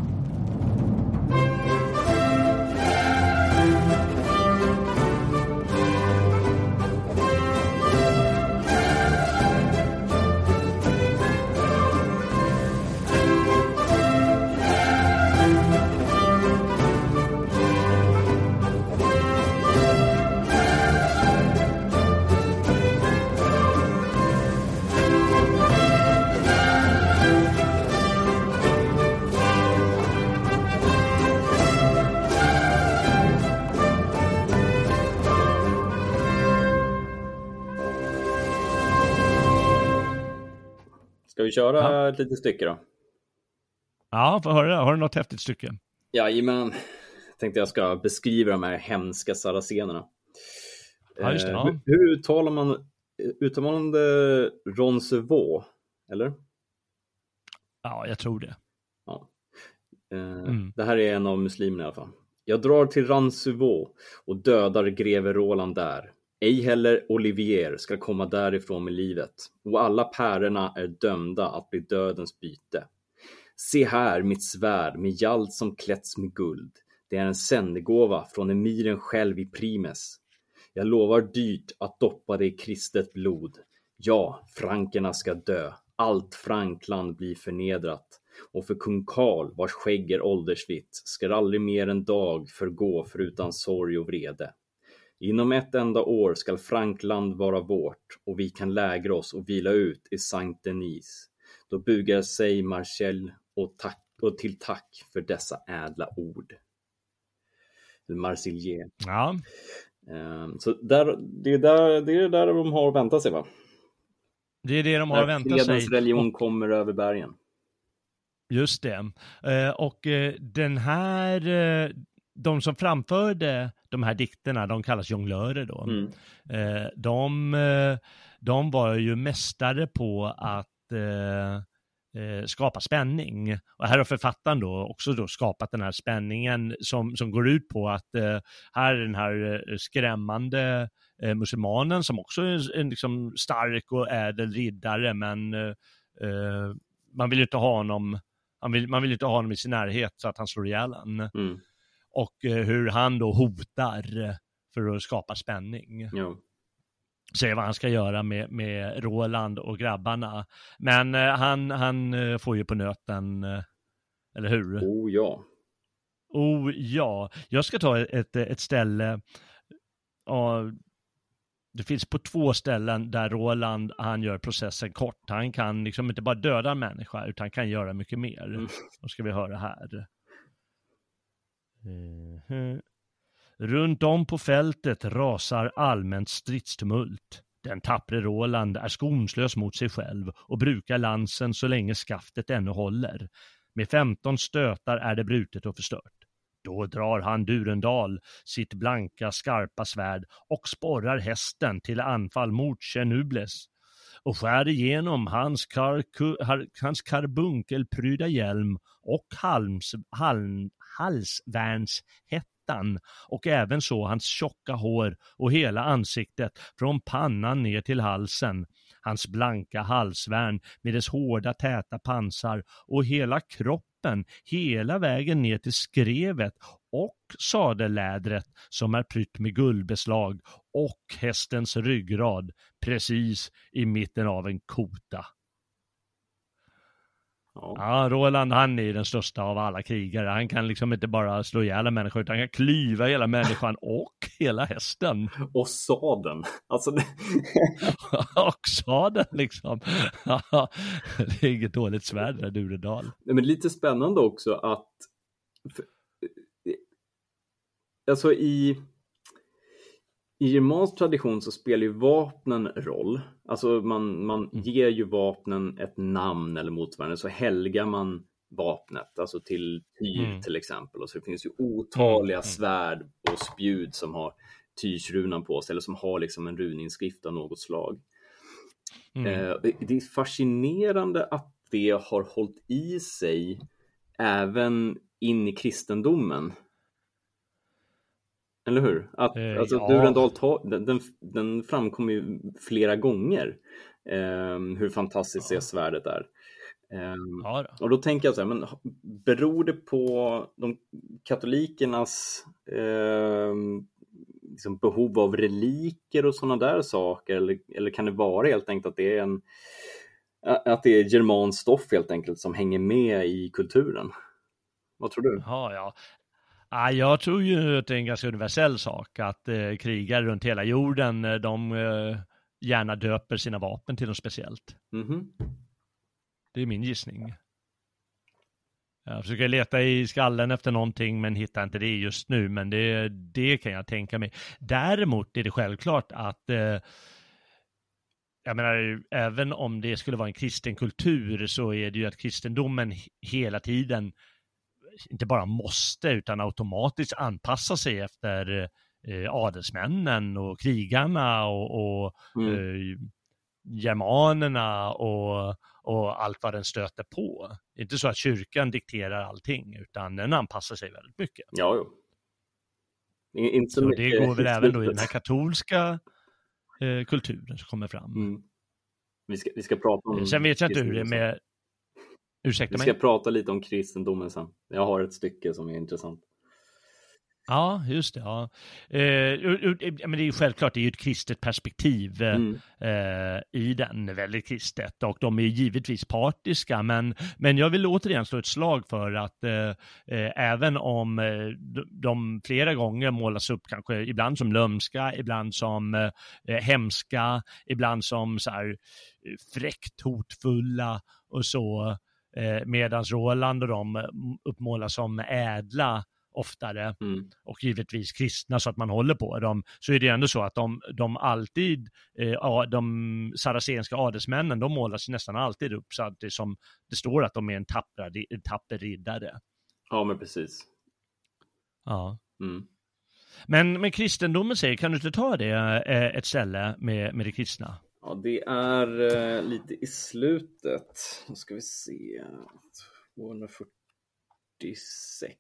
Ska vi köra ett litet stycke då? Ja, får höra. Har du något häftigt stycke? Jajamän. Tänkte jag ska beskriva de här hemska saracenerna. Ja, just det. Ja. Hur uttalar man det Roncevaux, eller? Ja, jag tror det. Ja. Det här är en av muslimerna i alla fall. Jag drar till Roncevaux och dödar greve Roland där. Ej heller Olivier ska komma därifrån med livet, och alla pärorna är dömda att bli dödens byte. Se här mitt svärd med hjalt som klätts med guld. Det är en sändegåva från emiren själv i Primes. Jag lovar dyrt att doppa det i kristet blod. Ja, frankerna ska dö. Allt Frankland blir förnedrat. Och för kung Karl, vars skägg är åldersvitt, ska aldrig mer en dag förgå förutan sorg och vrede. Inom ett enda år skall Frankland vara vårt, och vi kan lägra oss och vila ut i Saint-Denis. Då bugar sig Marcel och till tack för dessa ädla ord. Marsilje. Ja. Så det är där de har att vänta sig, va? Det är det de har att vänta sig. Fredens religion kommer över bergen. Just det. Och den här... De som framförde de här dikterna, de kallas jonglörer då. De var ju mästare på att skapa spänning. Och här har författaren då också då skapat den här spänningen som går ut på att här är den här skrämmande muselmanen som också är en liksom stark och ädel riddare, men man vill ju inte ha honom, man vill inte ha honom i sin närhet så att han slår ihjäl en. Och hur han då hotar för att skapa spänning. Jo. Säger vad han ska göra med Roland och grabbarna. Men han får ju på nöten, eller hur? Oh ja. Jag ska ta ett ställe. Det finns på 2 ställen där Roland, han gör processen kort. Han kan liksom inte bara döda en människa, utan kan göra mycket mer. Då ska vi höra här. Runt om på fältet rasar allmänt stridstumult. Den tappre Roland är skonslös mot sig själv och brukar lansen så länge skaftet ännu håller. Med 15 stötar är det brutet och förstört. Då drar han Durendal sitt blanka skarpa svärd och sporrar hästen till anfall mot Chenubles och skär igenom hans karbunkelpryda hjälm och halsvärnshettan och även så hans tjocka hår och hela ansiktet från pannan ner till halsen, hans blanka halsvärn med dess hårda täta pansar och hela kroppen hela vägen ner till skrevet och sadellädret som är prytt med guldbeslag och hästens ryggrad precis i mitten av en kota. Ja, Roland, han är den största av alla krigare. Han kan liksom inte bara slå ihjäl en människa, utan han kan klyva hela människan och hela hästen. Och sadeln. Alltså och sadeln liksom. Det är inget dåligt svärd där, Durendal. Men lite spännande också att alltså i germansk tradition så spelar ju vapnen roll. Alltså man ger ju vapnen ett namn eller motsvarande, så helgar man vapnet, alltså till Tyr till exempel. Och så det finns ju otaliga svärd och spjud som har Tyrsrunan på sig, eller som har liksom en runinskrift av något slag. Det är fascinerande att det har hållit i sig även in i kristendomen. Eller hur? Alltså ja. Durendal den framkommer ju flera gånger. Hur fantastiskt det svärdet är. Och då tänker jag så här, men beror det på de katolikernas liksom behov av reliker och sådana där saker, eller kan det vara helt enkelt att det är att det är germanskt stoff helt enkelt som hänger med i kulturen? Vad tror du? Ja. Jag tror ju att det är en ganska universell sak att krigare runt hela jorden, de gärna döper sina vapen till något speciellt. Det är min gissning. Jag försöker leta i skallen efter någonting men hittar inte det just nu, men det kan jag tänka mig. Däremot är det självklart att jag menar, även om det skulle vara en kristen kultur, så är det ju att kristendomen hela tiden inte bara måste utan automatiskt anpassa sig efter adelsmännen och krigarna och germanerna och allt vad den stöter på. Det är inte så att kyrkan dikterar allting, utan den anpassar sig väldigt mycket. Ja. Inte så det går väl även då i den här katolska kulturen som kommer fram. Vi ska prata om... Sen vet jag inte hur det är med... Vi ska prata lite om kristendomen sen. Jag har ett stycke som är intressant. Ja, just det. Ja. Men det är ju självklart, det är ju ett kristet perspektiv i den, väldigt kristet. Och de är givetvis partiska, men jag vill återigen slå ett slag för att även om de flera gånger målas upp kanske ibland som lömska, ibland som hemska, ibland som så här fräckt hotfulla och så, medans Roland och de uppmålas som ädla oftare och givetvis kristna, så att man håller på dem, så är det ändå så att de alltid, de saracenska adelsmännen, de målas nästan alltid upp så att det står att de är en tapper riddare. Ja, men precis. Ja. Men kristendomen säger, kan du inte ta det ett ställe med det kristna? Ja, det är lite i slutet. Nu ska vi se. 246.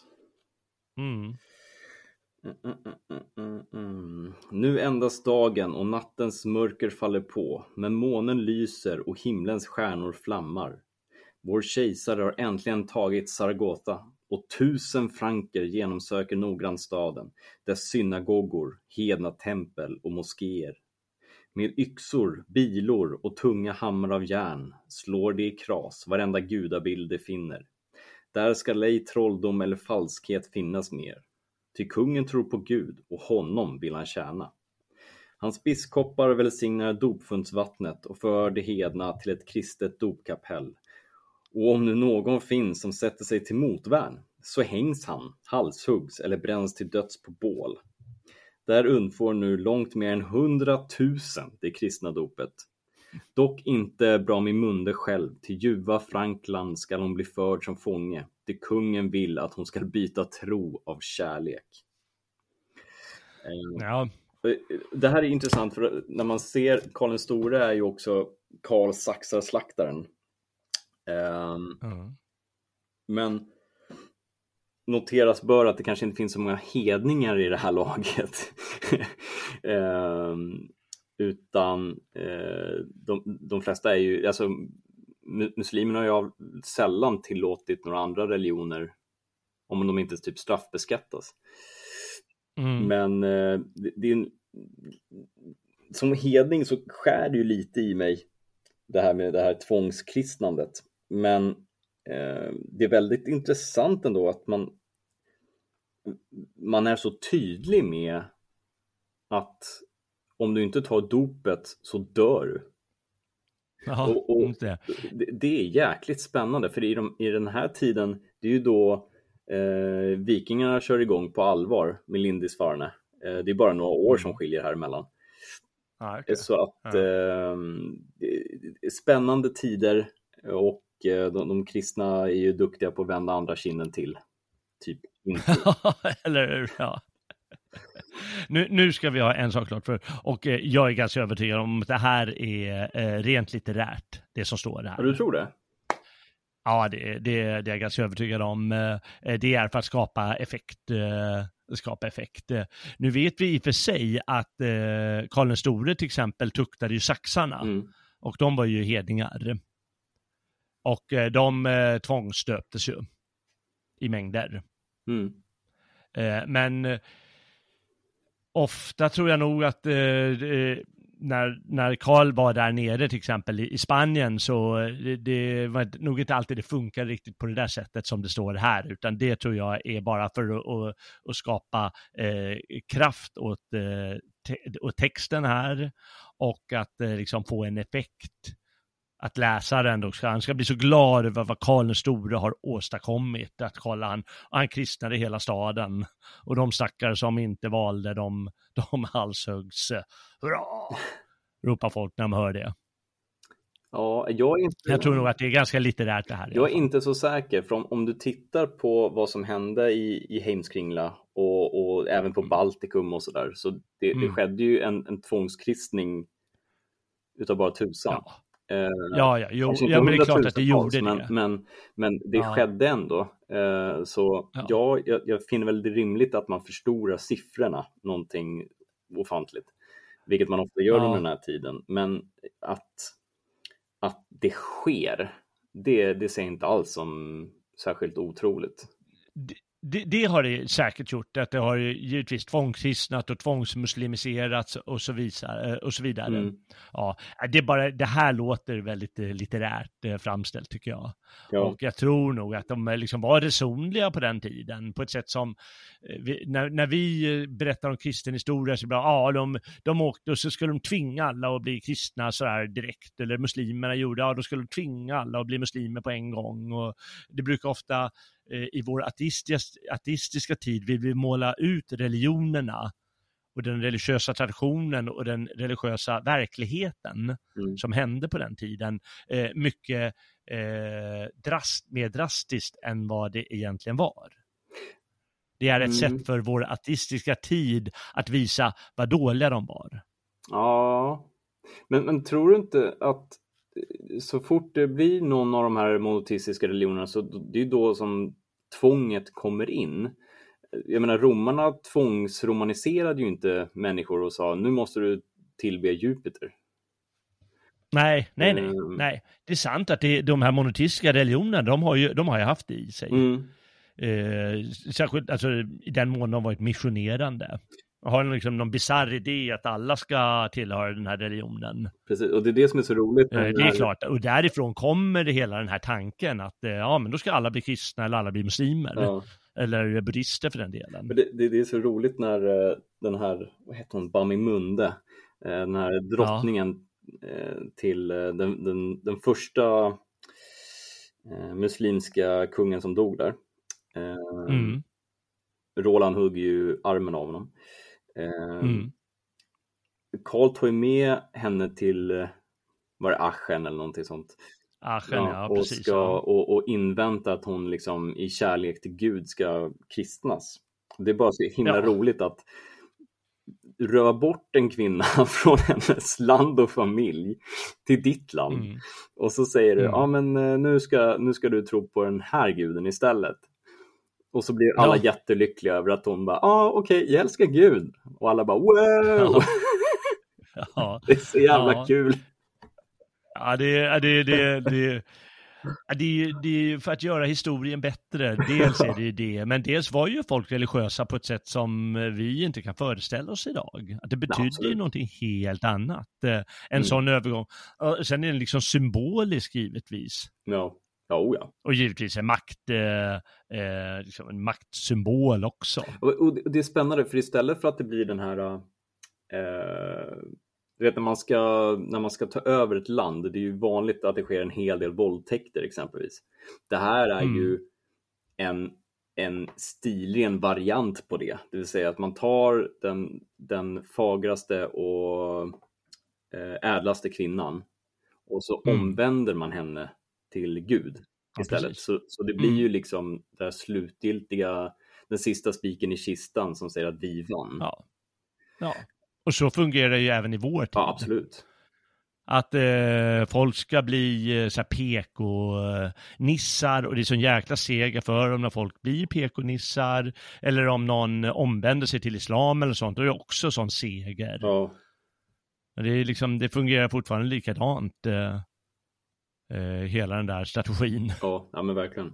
Nu ändas dagen och nattens mörker faller på, men månen lyser och himlens stjärnor flammar. Vår kejsare har äntligen tagit Zaragoza, och 1000 franker genomsöker noggrant staden, dess synagogor, hedna tempel och moskéer. Med yxor, bilor och tunga hammar av järn slår det i kras varenda gudabild det finner. Där ska ej trolldom eller falskhet finnas mer. Ty kungen tror på Gud, och honom vill han tjäna. Hans biskopar välsignar dopfundsvattnet och för det hedna till ett kristet dopkapell. Och om nu någon finns som sätter sig till motvärn, så hängs han, halshuggs eller bränns till döds på bål. Där undfår nu långt mer än 100 000 det kristna dopet. Dock inte Bramimunde själv, till ljuva Frankland ska hon bli förd som fånge. Det kungen vill att hon ska byta tro av kärlek. Ja. Det här är intressant, för när man ser Karl den store är ju också Karl Saxar-slaktaren. Men noteras bör att det kanske inte finns så många hedningar i det här laget. Utan de flesta är ju, alltså muslimerna har ju sällan tillåtit några andra religioner om de inte typ straffbeskattas. Men som hedning så skär det ju lite i mig det här med det här tvångskristnandet. Men det är väldigt intressant ändå att man är så tydlig med att om du inte tar dopet så dör du. Jaha, och det är jäkligt spännande, för i den här tiden, det är ju då vikingarna kör igång på allvar med Lindisfarne. Det är bara några år som skiljer här emellan. Okay. Så att det är spännande tider, och de kristna är ju duktiga på att vända andra kinden till. Typ inte. Eller ja. Nu ska vi ha en sak klart för, och jag är ganska övertygad om att det här är rent litterärt, det som står här. Ja, du tror det? Ja, det är jag ganska övertygad om. Det är för att skapa effekt. Nu vet vi i och för sig att Karl den store till exempel tuktade ju saxarna, och de var ju hedningar. Och de tvångsstöptes ju i mängder. Men ofta tror jag nog att när Karl var där nere till exempel i Spanien, så det var nog inte alltid det funkar riktigt på det där sättet som det står här, utan det tror jag är bara för att skapa kraft åt texten här, och att liksom få en effekt. Att läsaren då han ska bli så glad över vad Karl den store har åstadkommit. Att kolla, han kristnade hela staden. Och de stackare som inte valde, de halshuggs. Hurra! Ropar folk när de hör det. Ja, jag tror nog att det är ganska litterärt det här. Jag är inte så säker, för om du tittar på vad som hände i Heimskringla och även på Baltikum och sådär, så det skedde ju en tvångskristning utav bara tusan. Jo, men det är klart att det gjorde det. Men det skedde ändå. Så jag finner väl det rimligt att man förstorar siffrorna någonting ofantligt. Vilket man ofta gör under den här tiden. Men att det sker, det ser jag inte alls som särskilt otroligt. det har det säkert gjort, att det har givetvis tvångskristnat och tvångsmuslimiserats och så vidare. Ja, det här låter väldigt litterärt framställt tycker jag. Ja. Och jag tror nog att de liksom var resonliga på den tiden på ett sätt som när vi berättar om kristen historia så bara, de åkte och så skulle de tvinga alla att bli kristna så här direkt, eller muslimerna gjorde, då skulle de tvinga alla att bli muslimer på en gång, och det brukar ofta i vår ateistiska tid vill vi måla ut religionerna och den religiösa traditionen och den religiösa verkligheten som hände på den tiden mycket mer drastiskt än vad det egentligen var. Det är ett sätt för vår ateistiska tid att visa vad dåliga de var. Ja, men tror du inte att så fort det blir någon av de här monoteistiska religionerna, så det är då som tvånget kommer in. Jag menar, romarna tvångsromaniserade ju inte människor och sa nu måste du tillbe Jupiter. Nej. Det är sant att de här monoteistiska religionerna, de har ju haft det i sig. Särskilt alltså, i den mån de varit missionerande. Har liksom någon bizarr idé att alla ska tillhöra den här religionen. Precis, och det är det som är så roligt. Det är klart, och därifrån kommer det hela den här tanken att men då ska alla bli kristna eller alla bli muslimer. Ja. Eller buddhister för den delen. Det är så roligt när den här, vad heter hon, Bamimunde, den här drottningen till den första muslimska kungen som dog där. Roland hugger ju armen av honom. Karl tog med henne till var det Aachen eller någonting sånt. Aachen, ja, och precis. Och invänta att hon liksom i kärlek till Gud ska kristnas. Det är bara så himla roligt att röva bort en kvinna från hennes land och familj till ditt land. Och så säger du, men nu ska du tro på den här guden istället. Och så blir alla jättelyckliga över att hon bara, okej, jag älskar Gud. Och alla bara, wow! Ja. Det är så jävla kul. Ja, det är för att göra historien bättre. Dels är det, men dels var ju folk religiösa på ett sätt som vi inte kan föreställa oss idag. Att det betyder ju någonting helt annat. En sån övergång. Sen är den liksom symbolisk givetvis. Ja. Och givetvis en liksom en maktsymbol också. Och det är spännande, för istället för att det blir den här du vet, när man ska ta över ett land, det är ju vanligt att det sker en hel del våldtäkter exempelvis. Det här är ju en stilren variant på det. Det vill säga att man tar den fagraste och ädlaste kvinnan och så omvänder man henne till Gud istället. Så det blir ju liksom det här slutgiltiga, den sista spiken i kistan som säger att vi vann. Ja. Och så fungerar det ju även i vår tid. Ja, absolut. Att folk ska bli så här PK-nissar, och det är så en jäkla seger för dem när folk blir PK-nissar, eller om någon omvänder sig till islam eller sånt, då är det också sån seger. Ja. Det är liksom, det fungerar fortfarande likadant, hela den där strategin. Ja, men verkligen.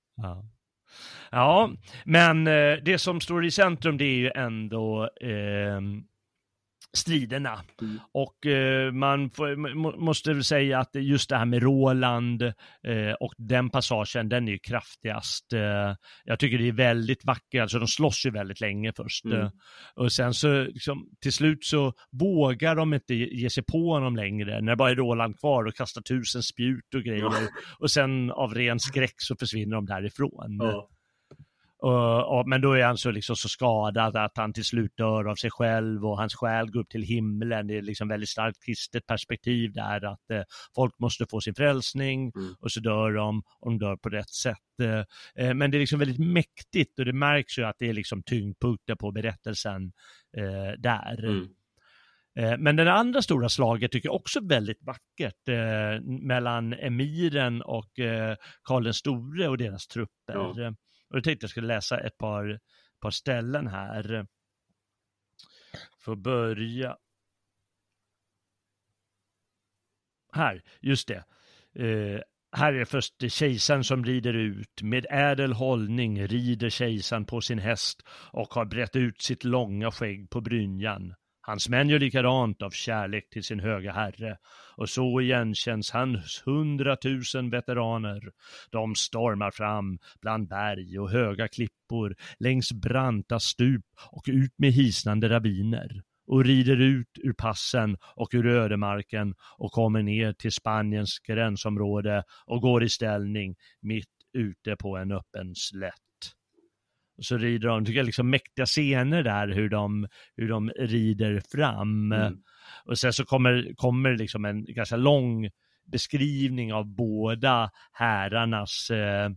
Ja, men det som står i centrum, det är ju ändå striderna. Och man måste väl säga att just det här med Roland och den passagen, den är ju kraftigast. Jag tycker det är väldigt vackert, alltså de slåss ju väldigt länge först. Och sen så liksom, till slut så vågar de inte ge sig på honom längre, när det bara är Roland kvar och kastar 1000 spjut och grejer. Och sen av ren skräck så försvinner de därifrån. Men då är han så, liksom så skadad att han till slut dör av sig själv, och hans själ går upp till himlen. Det är liksom väldigt starkt kristet perspektiv där, att folk måste få sin frälsning och så dör de, och de dör på rätt sätt. Men det är liksom väldigt mäktigt, och det märks ju att det är liksom tyngdpunkter på berättelsen där. Men det andra stora slaget tycker jag också väldigt vackert, mellan emiren och Karl den store och deras trupper. Och jag tänkte jag skulle läsa ett par ställen här. För att börja. Här, just det. här är först kejsaren som rider ut. Med ädel hållning rider kejsaren på sin häst och har brett ut sitt långa skägg på brynjan. Hans män gör likadant av kärlek till sin höga herre, och så igenkänns hans 100 000 veteraner. De stormar fram bland berg och höga klippor, längs branta stup och ut med hisnande raviner, och rider ut ur passen och ur ödemarken och kommer ner till Spaniens gränsområde och går i ställning mitt ute på en öppen slätt. Och så rider de, tycker jag, liksom mäktiga scener där hur de rider fram. Och sen så kommer liksom en ganska lång beskrivning av båda herrarnas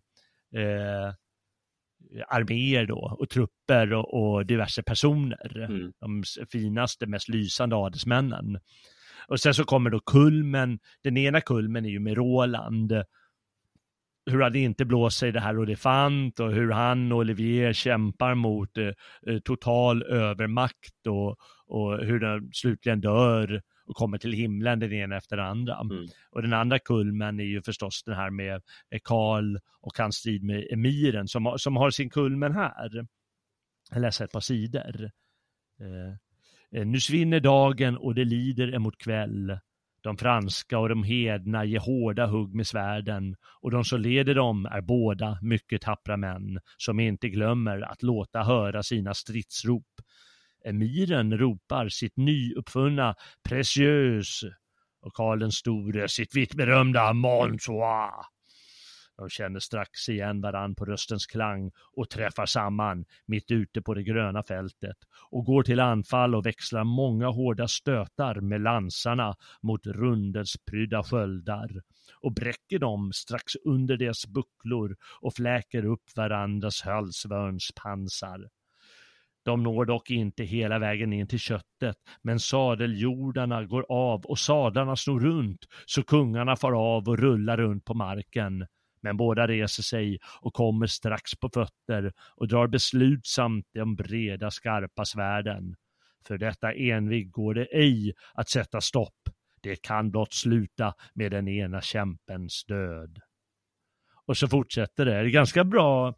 arméer då, och trupper och diverse personer. De finaste, mest lysande adelsmännen. Och sen så kommer då kulmen. Den ena kulmen är ju med Roland. Hur han inte blåser i det här Rodefant, och hur han och Olivier kämpar mot total övermakt, och hur de slutligen dör och kommer till himlen, den ena efter den andra. Och den andra kulmen är ju förstås den här med Karl och hans strid med emiren som har sin kulmen här. Jag läser ett par sidor. Nu svinner dagen och det lider emot kväll. De franska och de hedna ger hårda hugg med svärden, och de som leder dem är båda mycket tappra män som inte glömmer att låta höra sina stridsrop. Emiren ropar sitt nyuppfunna Précieux, och Karl den store sitt vitt berömda Monsoir. De känner strax igen varann på röstens klang och träffar samman mitt ute på det gröna fältet och går till anfall och växlar många hårda stötar med lansarna mot rundelsprydda sköldar och bräcker dem strax under deras bucklor och fläker upp varandras halsvörnspansar. De når dock inte hela vägen in till köttet, men sadeljordarna går av och sadlarna snor runt så kungarna far av och rullar runt på marken. Men båda reser sig och kommer strax på fötter och drar beslutsamt de breda skarpa svärden. För detta envig går det ej att sätta stopp. Det kan blott sluta med den ena kämpens död. Och så fortsätter det. Det är ganska bra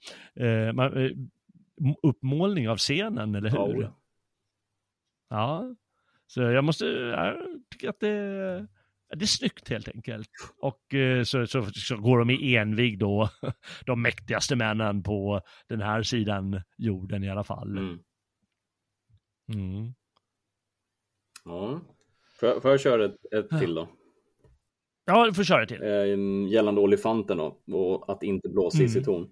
uppmålning av scenen, eller hur? Ja. Så jag tycker att det är snyggt helt enkelt. Och så går de i envig då, de mäktigaste männen på den här sidan jorden i alla fall. Ja. Får jag köra ett till då? Ja, du får köra till. Gällande olifanten då, och att inte blåsa i sitt horn.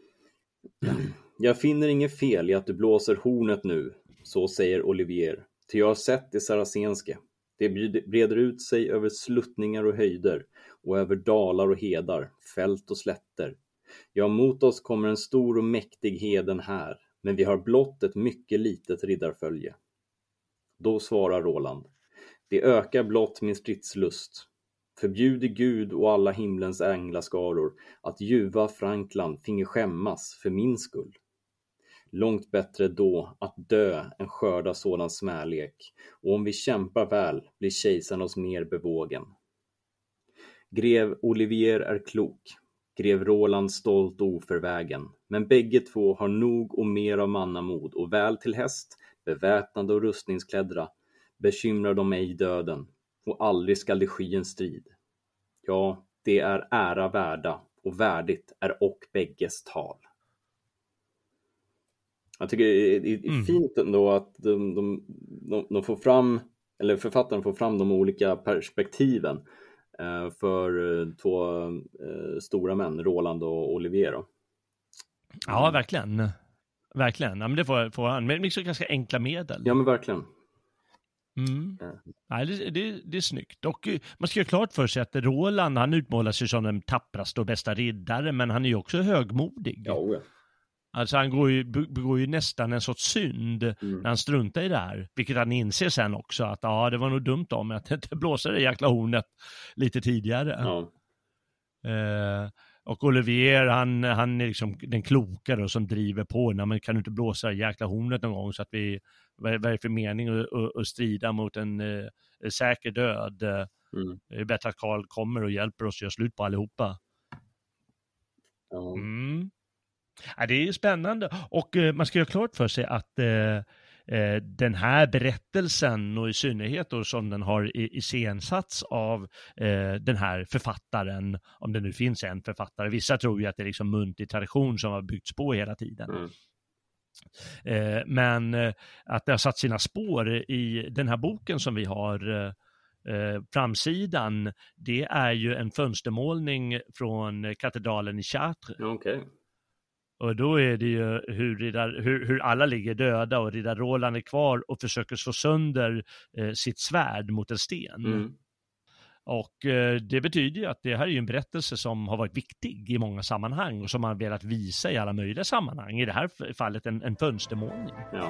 Jag finner inget fel i att du blåser hornet nu, så säger Olivier. Till jag har sett det saracenske. Det breder ut sig över sluttningar och höjder och över dalar och hedar, fält och slätter. Ja, mot oss kommer en stor och mäktig heden här, men vi har blott ett mycket litet riddarfölje. Då svarar Roland. Det ökar blott min stridslust. Förbjude Gud och alla himlens änglaskaror att ljuva Frankland finge skämmas för min skull. Långt bättre då att dö än skörda sådan smärlek, och om vi kämpar väl blir kejsaren oss mer bevågen. Grev Olivier är klok, grev Roland stolt och oförvägen, men bägge två har nog och mer av mannamod, och väl till häst, beväpnade och rustningsklädda, bekymrar de ej döden, och aldrig skall det ske en strid. Ja, det är ära värda, och värdigt är och bägges tal. Jag tycker det är fint ändå att de får fram, eller författaren får fram de olika perspektiven för två stora män, Roland och Olivier då. Ja, verkligen. Verkligen. Ja, men det får han. Men liksom ganska enkla medel. Ja, men verkligen. Nej, det är snyggt. Och man ska ju klart för sig att Roland, han utmålar sig som den tappraste och bästa riddare, men han är ju också högmodig. Ja. Alltså han begår ju nästan en sorts synd när han struntar i det här. Vilket han inser sen också att det var nog dumt om att inte blåsa det jäkla hornet lite tidigare. Ja. Och Olivier, han är liksom den kloka då, som driver på. Man kan inte blåsa det jäkla hornet någon gång, så att vad är det för mening att strida mot en säker död? Det är bättre att Karl kommer och hjälper oss att göra slut på allihopa. Ja. Ja, det är ju spännande, och man ska göra klart för sig att den här berättelsen, och i synnerhet då som den har iscensatts av den här författaren, om det nu finns en författare. Vissa tror ju att det är liksom muntlig tradition som har byggts på hela tiden. Men att det har satt sina spår i den här boken som vi har framsidan, det är ju en fönstermålning från katedralen i Chartres. Okay. Och då är det ju hur alla ligger döda och riddar Roland är kvar och försöker slå sönder sitt svärd mot en sten. Och det betyder ju att det här är ju en berättelse som har varit viktig i många sammanhang och som man velat visa i alla möjliga sammanhang. I det här fallet en fönstermålning. Ja.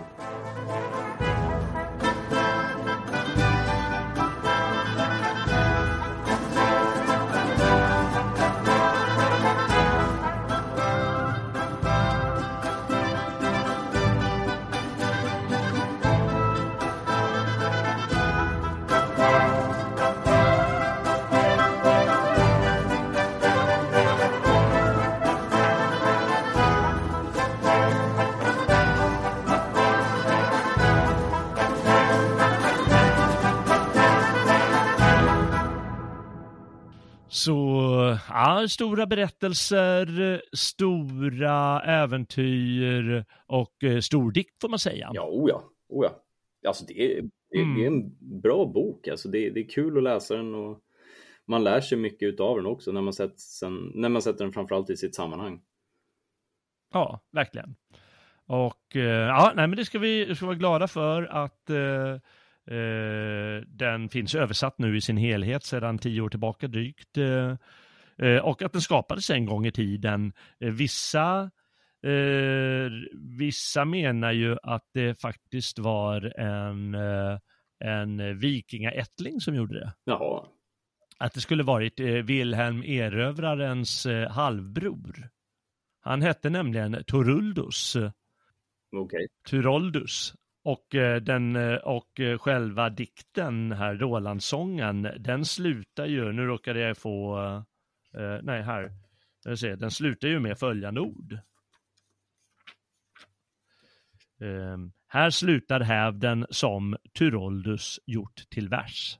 Så ja, stora berättelser, stora äventyr och stor dikt får man säga. Ja, oja. Alltså det är en bra bok. Alltså det är kul att läsa den, och man lär sig mycket utav den också när man sätter den framförallt i sitt sammanhang. Ja, verkligen. Och ja, nej, men det ska vi vara glada för att den finns översatt nu i sin helhet sedan 10 år tillbaka drygt. Och att den skapades en gång i tiden. Vissa menar ju att det faktiskt var en vikingaättling som gjorde det. Jaha. Att det skulle varit Wilhelm Erövrarens halvbror. Han hette nämligen Turoldus. Okay. Turoldus. Och själva dikten här, Rolandssången, den slutar ju, nu råkade jag få, den slutar ju med följande ord. Här slutar hävden som Turoldus gjort till vers.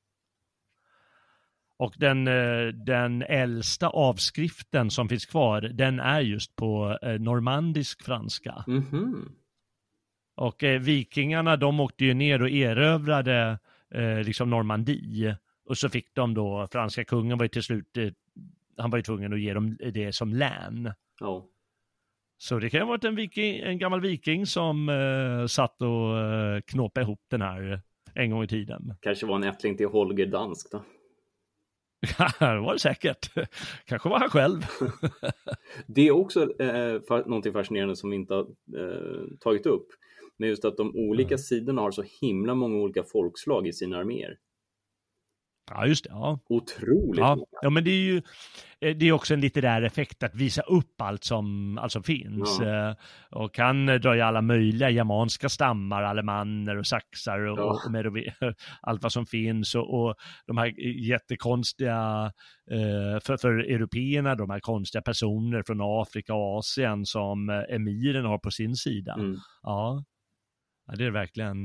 Och den äldsta avskriften som finns kvar, den är just på normandisk franska. Mm-hmm. Och vikingarna, de åkte ju ner och erövrade liksom Normandie. Och så fick de då, franska kungen var ju till slut, han var ju tvungen att ge dem det som län. Ja. Så det kan ha varit en gammal viking som satt och knåpade ihop den här en gång i tiden. Kanske var en ättling till Holger Dansk då? Ja, det var det säkert. Kanske var han själv. Det är också någonting fascinerande som vi inte har tagit upp. Men just att de olika sidorna har så himla många olika folkslag i sina arméer. Ja, just det. Ja. Otroligt. Ja, men det är ju också en litterär effekt att visa upp allt som finns. Ja. Och kan dra i alla möjliga germanska stammar, alemanner och saxar och allt vad som finns. Och de här jättekonstiga, för européerna, de här konstiga personer från Afrika och Asien som emiren har på sin sida. Mm. Ja, det är verkligen...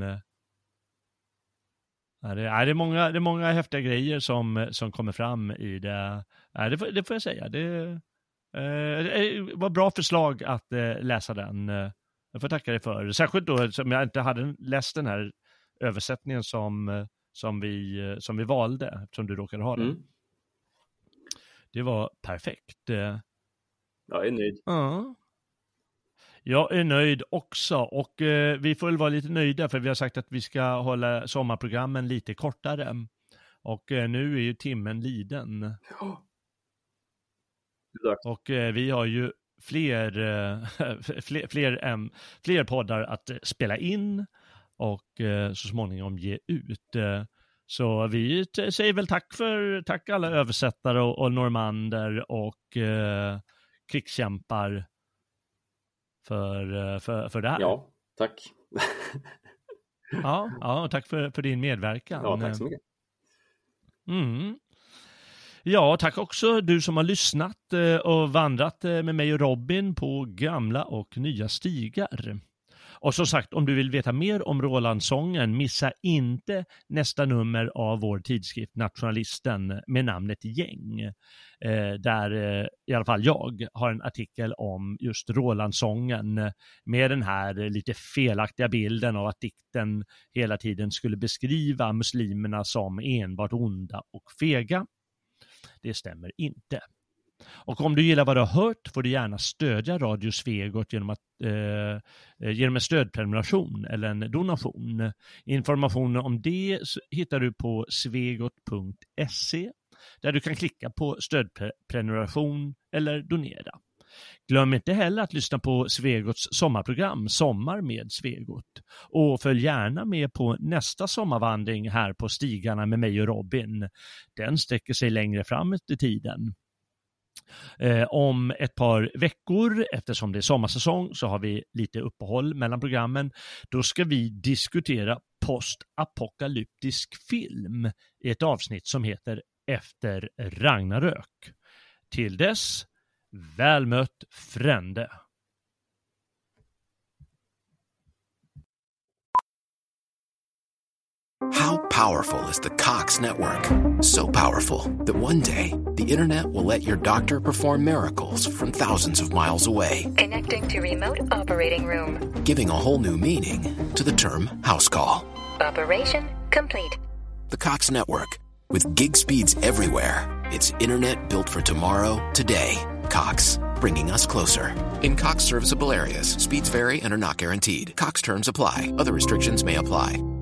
Det är många häftiga grejer som kommer fram i det. Det får jag säga. Det var bra förslag att läsa den. Jag får tacka dig för. Särskilt då som jag inte hade läst den här översättningen som vi valde, som du råkade ha den. Mm. Det var perfekt. Jag är nöjd. Ja. Jag är nöjd också, och vi får väl vara lite nöjda för vi har sagt att vi ska hålla sommarprogrammen lite kortare. Och nu är ju timmen liden. Ja. Och vi har ju fler poddar att spela in och så småningom ge ut. Så vi säger väl tack alla översättare och normander och krigskämpar för det här. Ja, tack. Ja, tack för din medverkan. Ja, tack så mycket. Ja, tack också du som har lyssnat och vandrat med mig och Robin på gamla och nya stigar. Och som sagt, om du vill veta mer om Rolandsången, missa inte nästa nummer av vår tidskrift Nationalisten med namnet Gäng. Där i alla fall jag har en artikel om just Rolandsången med den här lite felaktiga bilden av att dikten hela tiden skulle beskriva muslimerna som enbart onda och fega. Det stämmer inte. Och om du gillar vad du har hört får du gärna stödja Radio Svegot genom en stödprenumeration eller en donation. Information om det hittar du på svegot.se där du kan klicka på stödprenumeration eller donera. Glöm inte heller att lyssna på Svegots sommarprogram Sommar med Svegot. Och följ gärna med på nästa sommarvandring här på stigarna med mig och Robin. Den sträcker sig längre fram i tiden. Om ett par veckor, eftersom det är sommarsäsong, så har vi lite uppehåll mellan programmen. Då ska vi diskutera postapokalyptisk film i ett avsnitt som heter Efter Ragnarök. Till dess, väl mött frände. How powerful is the Cox network? So powerful that one day the internet will let your doctor perform miracles from thousands of miles away. Connecting to remote operating room. Giving a whole new meaning to the term house call. Operation complete. The Cox network. With gig speeds everywhere. It's internet built for tomorrow, today. Cox, bringing us closer. In Cox serviceable areas, speeds vary and are not guaranteed. Cox terms apply. Other restrictions may apply.